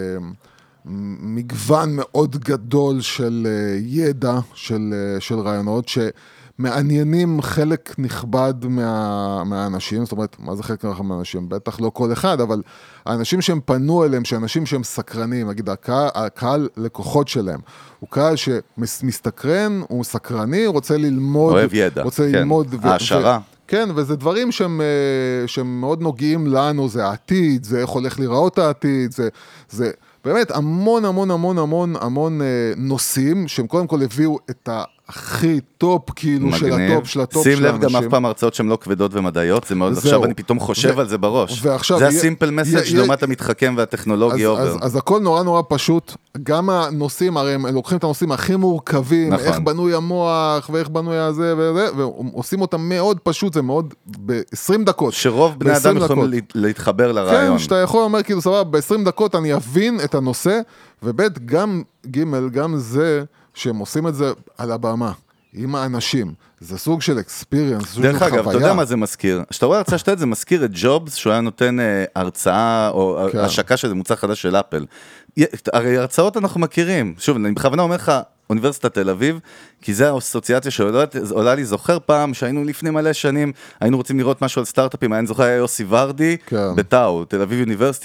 מגוון מאוד גדול של ידע, של רעיונות, שמעניינים חלק נכבד מהאנשים, זאת אומרת, מה זה חלק נכבד מהאנשים? בטח לא כל אחד, אבל האנשים שהם פנו אליהם, שאנשים שהם סקרנים, נגיד, הקהל לקוחות שלהם, הוא קהל שמסתקרן, הוא סקרני, רוצה ללמוד, אוהב ידע, רוצה כן, ללמוד, העשרה. כן, וזה דברים שהם מאוד נוגעים לנו, זה העתיד, זה איך הולך להיראות העתיד, זה באמת המון נושאים, שהם קודם כל הביאו את הכי טופ, כאילו, של הטופ, של הטופ של האנשים. שים לב גם אף פעם הרצאות שהן לא כבדות ומדעיות, זה מאוד, עכשיו אני פתאום חושב על זה בראש. זה הסימפל מסאג' לעומת המתחכם והטכנולוגי אובר. אז הכל נורא פשוט, גם הנושאים, הרי הם לוקחים את הנושאים הכי מורכבים, איך בנוי המוח, ואיך בנוי הזה, ועושים אותם מאוד פשוט, זה מאוד ב-20 דקות. שרוב בני אדם יכולים להתחבר לרעיון. כן, שאתה יכול לומר, כאילו, סבבה, ב-20 דקות אני אבין את הנושא, ובית, גם ג' גם זה, שהם עושים את זה על הבמה, עם האנשים. זה סוג של experience, סוג של חוויה. דרך אגב, אתה יודע מה זה מזכיר? כשאתה רואה הרצאה שתת, זה מזכיר את ג'ובס, שהוא היה נותן הרצאה, או השקה של מוצר חדש של אפל. הרי הרצאות אנחנו מכירים. שוב, אני בכוונה אומר לך, אוניברסיטת תל אביב, כי זה האסוציאציה שעולה לי, זוכר פעם, שהיינו לפני מלא שנים, היינו רוצים לראות משהו על סטארט-אפים, אני זוכר היה יוסי ורדי, בטאו, תל אביב אוניברסיטי,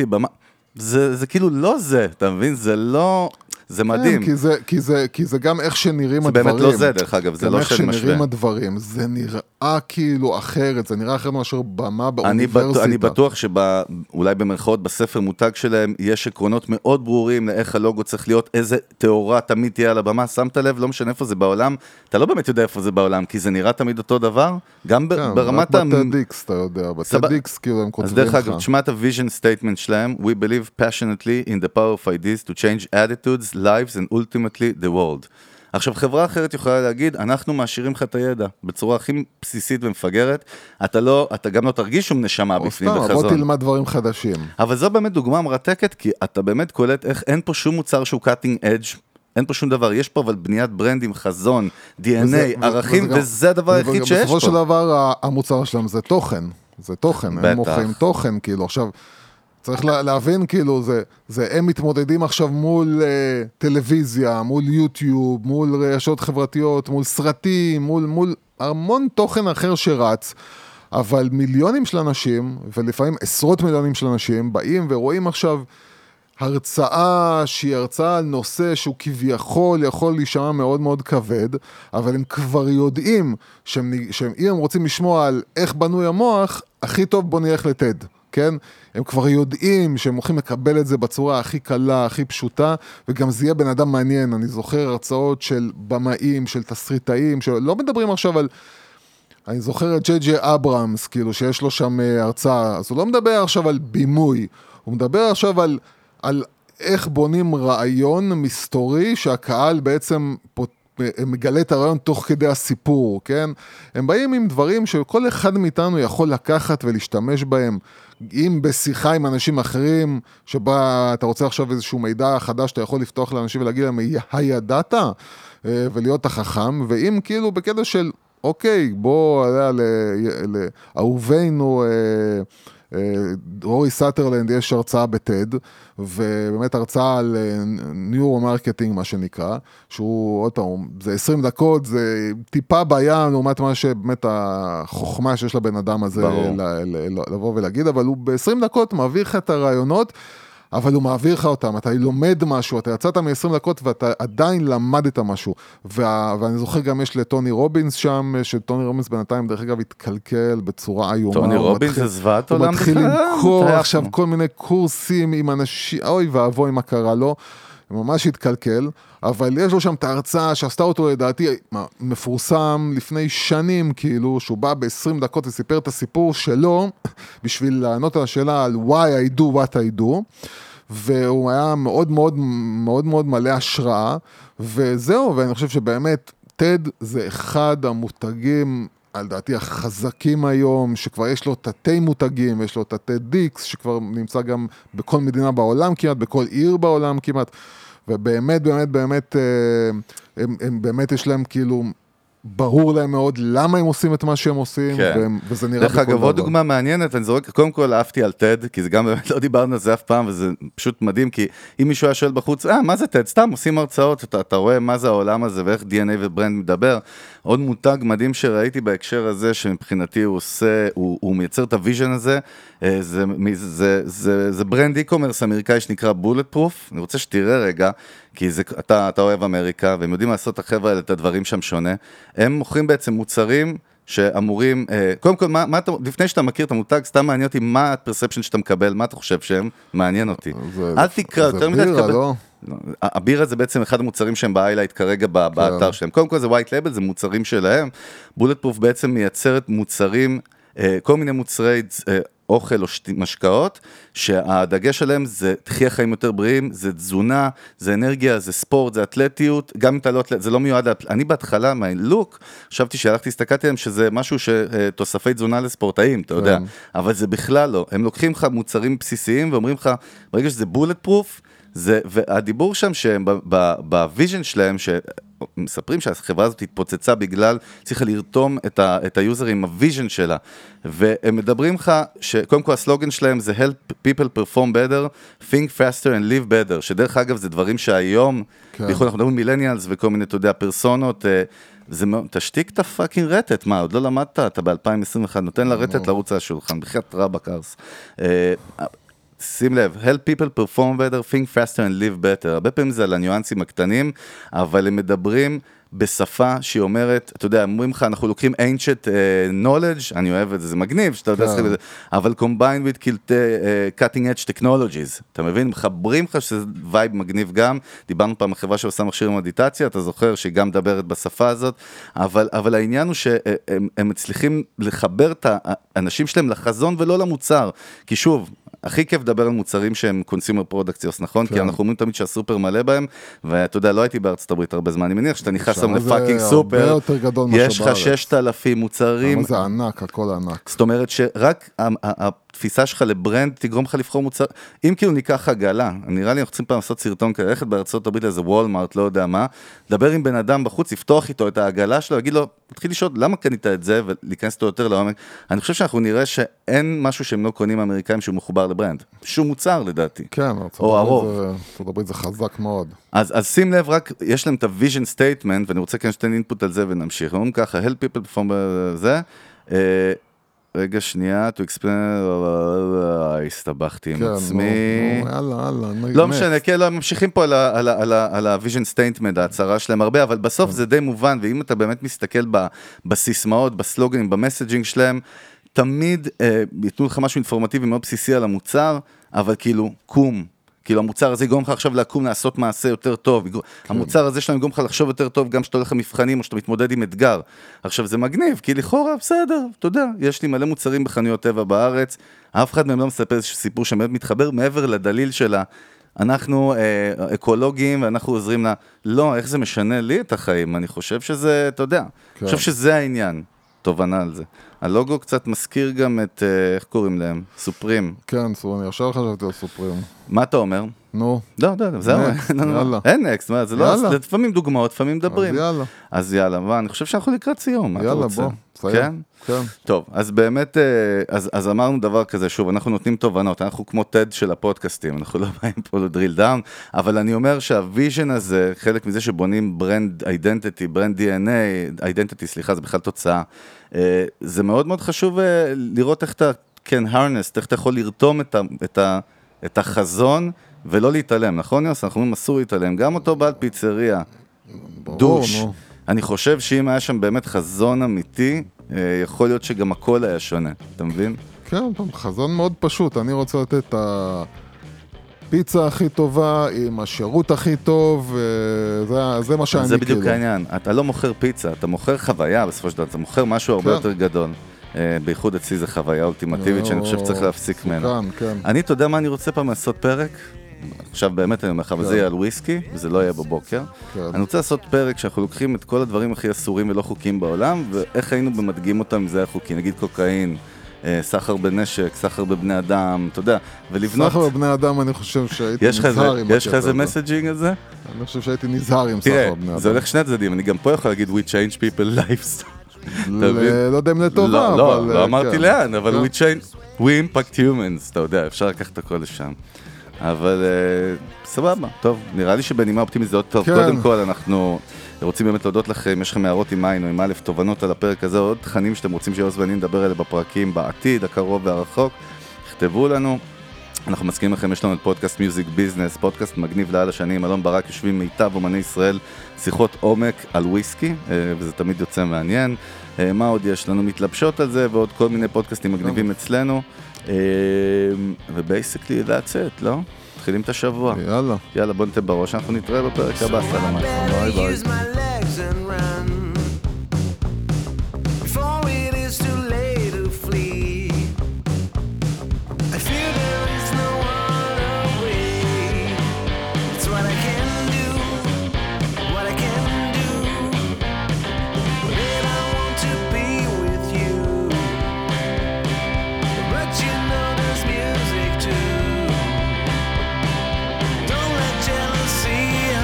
זה כאילו לא זה, אתה מבין? זה לא... זה מדהים. כי זה גם איך שנראים הדברים. זה באמת לא זה, דרך אגב, זה לא שם משווה. גם איך שנראים הדברים, זה נראה כאילו אחרת, זה נראה אחרת מאשר במה באוניברסיטה. אני בטוח שאולי במרכאות בספר מותג שלהם, יש עקרונות מאוד ברורים לאיך הלוגו צריך להיות, איזה תאורה תמיד תהיה על הבמה, שמת לב, לא משנה איפה זה בעולם, אתה לא באמת יודע איפה זה בעולם, כי זה נראה תמיד אותו דבר, גם ברמת... רק בטדיקס, אתה יודע, בטדיקס כאילו הם כותבים לך. אז דרך אגב, תשמע את הוויז'ן סטייטמנט שלהם, We believe passionately in the power of ideas to change attitudes, lives and ultimately the world. עכשיו, חברה אחרת יכולה להגיד, אנחנו מעשירים לך את הידע, בצורה הכי בסיסית ומפגרת, אתה גם לא תרגיש שום נשמה בפנים בחזון. בוא תלמד דברים חדשים. אבל זו באמת דוגמה מרתקת, כי אתה באמת קולט איך אין פה שום מוצר שהוא cutting edge, אין פה שום דבר, יש פה אבל בניית ברנדים, חזון, DNA, ערכים, וזה הדבר היחיד שיש פה. בסופו של דבר, המוצר שלהם זה תוכן, הם מוכרים תוכן, כאילו, עכשיו, צריך להבין, כאילו, הם מתמודדים עכשיו מול טלוויזיה, מול יוטיוב, מול רשתות חברתיות, מול סרטים, מול המון תוכן אחר שרץ, אבל מיליונים של אנשים, ולפעמים עשרות מיליונים של אנשים, באים ורואים עכשיו הרצאה שהיא הרצאה על נושא שהוא כביכול יכול להישמע מאוד מאוד כבד, אבל הם כבר יודעים שאם הם רוצים לשמוע על איך בנוי המוח, הכי טוב בוא נלך לטד. כן? הם כבר יודעים שהם הולכים לקבל את זה בצורה הכי קלה, הכי פשוטה, וגם זה יהיה בן אדם מעניין. אני זוכר הרצאות של במאים, של תסריטאים, שלא מדברים עכשיו על... אני זוכר את ג'יי אברהמס, כאילו, שיש לו שם הרצאה, אז הוא לא מדבר עכשיו על בימוי, הוא מדבר עכשיו על איך בונים רעיון מסתורי, שהקהל בעצם מגלה את הרעיון תוך כדי הסיפור, כן? הם באים עם דברים שכל אחד מאיתנו יכול לקחת ולהשתמש בהם, אם בשיחה עם אנשים אחרים, שבה אתה רוצה עכשיו איזשהו מידע חדש, אתה יכול לפתוח לאנשים ולהגיד להם, הידעת, ולהיות החכם, ואם כאילו בקטע של, אוקיי, בוא, לאהובינו, אורי סאטרלנד יש הרצאה בטד, ובאמת הרצאה על ניורו-מרקטינג, מה שנקרא, שהוא, עוד פעם, זה 20 דקות, זה טיפה בעיה, לעומת מה שבאמת החוכמה שיש לבן אדם הזה לבוא ולהגיד, אבל הוא ב-20 דקות מעביר לך את הרעיונות, אבל הוא מעביר לך אותם, אתה לומד משהו, אתה יצאת מ-20 דקות ואתה עדיין למדת משהו, ואני זוכר גם יש לטוני רובינס שם, שטוני רובינס בינתיים דרך אגב התקלקל בצורה איומה. טוני רובינס זה זוועת עולם בכלל? הוא מתחיל למכור עכשיו כל מיני קורסים עם אנשים, אוי ואבוי מה קרה לו, ממש התקלקל, אבל יש לו שם את ההרצאה שעשתה אותו לדעתי מפורסם לפני שנים, כאילו שהוא בא ב-20 דקות וסיפר את הסיפור שלו, בשביל לענות על השאלה על why I do what I do, והוא היה מאוד מאוד מאוד מאוד מלא השראה, וזהו, ואני חושב שבאמת TED זה אחד המותגים, על דעתי החזקים היום, שכבר יש לו תתי מותגים, יש לו תתי דיקס, שכבר נמצא גם בכל מדינה בעולם כמעט, בכל עיר בעולם כמעט, ובאמת, באמת, באמת, הם באמת יש להם כאילו, ברור להם מאוד למה הם עושים את מה שהם עושים, וזה נראה בכל דבר. דרך אגב, עוד דוגמה מעניינת, אני זורק, קודם כל אהבתי על TED, כי זה גם באמת לא דיברנו על זה אף פעם, וזה פשוט מדהים, כי אם מישהו היה שואל בחוץ, מה זה TED? סתם עושים הרצאות, אתה רואה מה זה העולם הזה, ואיך DNA וברנד מדבר. עוד מותג מדהים שראיתי בהקשר הזה, שמבחינתי הוא עושה, הוא מייצר את הוויז'ן הזה, זה ברנד אי-קומרס אמריקאי שנקרא Bulletproof, אני רוצה שתראה רגע, כי אתה אוהב אמריקה, והם יודעים לעשות החבר'ה האלה את הדברים שם שונה, הם מוכרים בעצם מוצרים שאמורים, קודם כל, לפני שאתה מכיר את המותג, סתם מעניין אותי מה הפרספשן שאתה מקבל, מה אתה חושב שהם? מעניין אותי. אל תקרא, יותר מדי תקבל. הבירה זה בעצם אחד המוצרים שהם באיילייט כרגע באתר שלהם. קודם כל זה ווייט לייבל, זה מוצרים שלהם. בולטפרוף בעצם מייצרת מוצרים, כל מיני מוצרי אוכל או משקאות, שהדגש עליהם זה תחי החיים יותר בריאים, זה תזונה, זה אנרגיה, זה ספורט, זה אתלטיות, גם אם אתה לא אתלט, זה לא מיועד, אני בהתחלה, מהלוק, חשבתי שהלכתי, הסתכלתי עליהם שזה משהו שתוספי תזונה לספורטאים, אתה יודע, אבל זה בכלל לא, הם לוקחים לך מוצרים בסיסיים ואומרים לך, ברגע שזה בולטפרוף, והדיבור שם שבוויז'ן שלהם, שמספרים שהחברה הזאת התפוצצה בגלל, צריכה לרתום את היוזר עם הוויז'ן שלה, והם מדברים לך, שקודם כל הסלוגן שלהם זה help people perform better, think faster and live better, שדרך אגב זה דברים שהיום, בייחוד אנחנו מדברים מילניאלס וכל מיני, אתה יודע, פרסונות, תשתיק את הפאקינג רטט, מה, עוד לא למדת, אתה ב-2021, נותן לרטט לרוץ על השולחן, בחיית רע בקרס. שים לב, help people perform better, think faster and live better. הרבה פעמים זה על הניואנסים הקטנים, אבל הם מדברים בשפה שהיא אומרת, אתה יודע, אומרים לך, אנחנו לוקחים ancient knowledge, אני אוהב את זה, זה מגניב, שאתה יודע, אבל combined with cutting edge technologies, אתה מבין? מחברים לך שזה וייב מגניב גם, דיברנו פעם החברה שעושה מכשיר מדיטציה, אתה זוכר שהיא גם מדברת בשפה הזאת, אבל העניין הוא שהם מצליחים לחבר את האנשים שלהם לחזון ולא למוצר, כי שוב, הכי כיף לדבר על מוצרים שהם consumer products, נכון? כי אנחנו אומרים תמיד שהסופר מלא בהם, ואתה יודע, לא הייתי בארצות הברית הרבה זמן, אני מניח שאתה נכנס שם לפאקינג סופר, יש לך 6,000 מוצרים. זה ענק, הכל ענק. זאת אומרת שרק התפיסה שלך לברנד תגרום לך לבחור מוצר, אם כאילו ניקח עגלה, נראה לי אנחנו צריכים פעם לעשות סרטון כזה, ללכת בארצות הברית לאיזה וולמארט, לא יודע מה, לדבר עם בן אדם בחוץ, לפתוח איתו את העגלה שלו, להגיד לו, תתחיל לשאול, למה קנית את זה, ולהיכנס אותו יותר לעומק. אני חושב שאנחנו נראה שאין משהו שהם לא קונים האמריקאים שהוא מחובר לברנד. שום מוצר לדעתי. כן, או הרוב. ארצות הברית זה חזק מאוד. אז שים לב רק, יש להם את ה-vision statement, ואני רוצה כאן שתן אינפוט על זה ונמשיך. אומרים ככה, help people perform זה, רגע שנייה, to explain, הסתבכתי עם עצמי. לא משנה, כן, לא, ממשיכים פה על ה-vision statement, ההצהרה שלהם הרבה, אבל בסוף זה די מובן, ואם אתה באמת מסתכל בסיסמאות, בסלוגנים, במסג'ינג שלהם, תמיד ייתנו לך משהו אינפורמטיבי מאוד בסיסי על המוצר, אבל כאילו, קום. כאילו המוצר הזה יגרום לך עכשיו לקום לעשות מעשה יותר טוב, המוצר הזה שלנו יגרום לך לחשוב יותר טוב גם שאתה הולך למבחנים או שאתה מתמודד עם אתגר. עכשיו זה מגניב, כי לכאורה בסדר, אתה יודע, יש לי מלא מוצרים בחנויות טבע בארץ, אף אחד מהם לא מספר איזשהו סיפור שמאוד מתחבר מעבר לדליל שלה, אנחנו אקולוגיים ואנחנו עוזרים לה, לא, איך זה משנה לי את החיים, אני חושב שזה, אתה יודע, אני חושב שזה העניין. תובנה על זה. הלוגו קצת מזכיר גם את, איך קוראים להם? סופרים. כן, אני ישר חשבתי על סופרים. מה אתה אומר? נו. לא, זהו. יאללה. אין נקסט, זה לא, זה לפעמים דוגמאות, לפעמים מדברים. אז יאללה. ואני חושב שאנחנו לקראת סיום, מה אתה רוצה? יאללה, בוא. כן? כן. טוב, אז באמת, אז אמרנו דבר כזה, שוב, אנחנו נותנים תובנות, אנחנו כמו TED של הפודקאסטים, אנחנו לא באים פה לדריל דאון, אבל אני אומר שהוויז'ן הזה, חלק מזה שבונים ברנד אידנטיטי, ברנד DNA, אידנטיטי, סליחה, זה בכלל תוצאה, זה מאוד מאוד חשוב לראות איך אתה כן harness, איך אתה יכול לרתום את החזון ולא להתעלם, נכון יוס? אנחנו אומרים אסור להתעלם, גם אותו בעל פיצריה, דוש. אני חושב שאם היה שם באמת חזון אמיתי, יכול להיות שגם הכל היה שונה, אתה מבין? כן, חזון מאוד פשוט, אני רוצה לתת את הפיצה הכי טובה, עם השירות הכי טוב, זה מה שאני זה בדיוק העניין, אתה לא מוכר פיצה, אתה מוכר חוויה בסופו של דבר, אתה מוכר משהו הרבה יותר גדול. בייחוד אצלי זה חוויה אולטימטיבית שאני חושב שצריך להפסיק ממנה. אני, אתה יודע מה אני רוצה פעם לעשות פרק? עכשיו באמת אני אומר לך, וזה יהיה על וויסקי, וזה לא יהיה בבוקר. אני רוצה לעשות פרק שאנחנו לוקחים את כל הדברים הכי אסורים ולא חוקיים בעולם, ואיך היינו במדגים אותם אם זה היה חוקי, נגיד קוקאין, סחר בנשק, סחר בבני אדם, אתה יודע, ולבנות... סחר בבני אדם אני חושב שהייתי נזהר עם... יש לך איזה מסג'ינג על זה? אני חושב שהייתי נזהר עם סחר בבני אדם. תראה, זה הולך שני צדדים, אני גם פה יכול להגיד we change people lives. לא יודע אם לטובה, אבל... לא אמרתי לאן, אבל we impact humans, אתה יודע, אפשר לקחת הכל לשם. אבל סבבה, טוב, נראה לי שבנימה אופטימית זה עוד טוב. קודם כל אנחנו רוצים באמת להודות לכם, יש לכם הערות עם עין או עם א', תובנות על הפרק הזה, עוד תכנים שאתם רוצים שיוס ואני נדבר עליהם בפרקים בעתיד, הקרוב והרחוק, תכתבו לנו. אנחנו מסכימים לכם, יש לנו את פודקאסט מיוזיק ביזנס, פודקאסט מגניב לעל השנים, אלון ברק יושבים מיטב אומני ישראל, שיחות עומק על וויסקי, וזה תמיד יוצא מעניין. מה עוד יש לנו? מתלבשות על זה ועוד כל מיני פודקאסטים מגניבים אצלנו. ובייסיקלי that's it, לא? מתחילים את השבוע. יאללה, בוא נתן בראש, אנחנו נתראה בפרק הבא, סלמת. ביי ביי.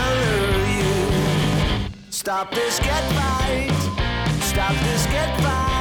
Stop this, get right. Stop this, get right.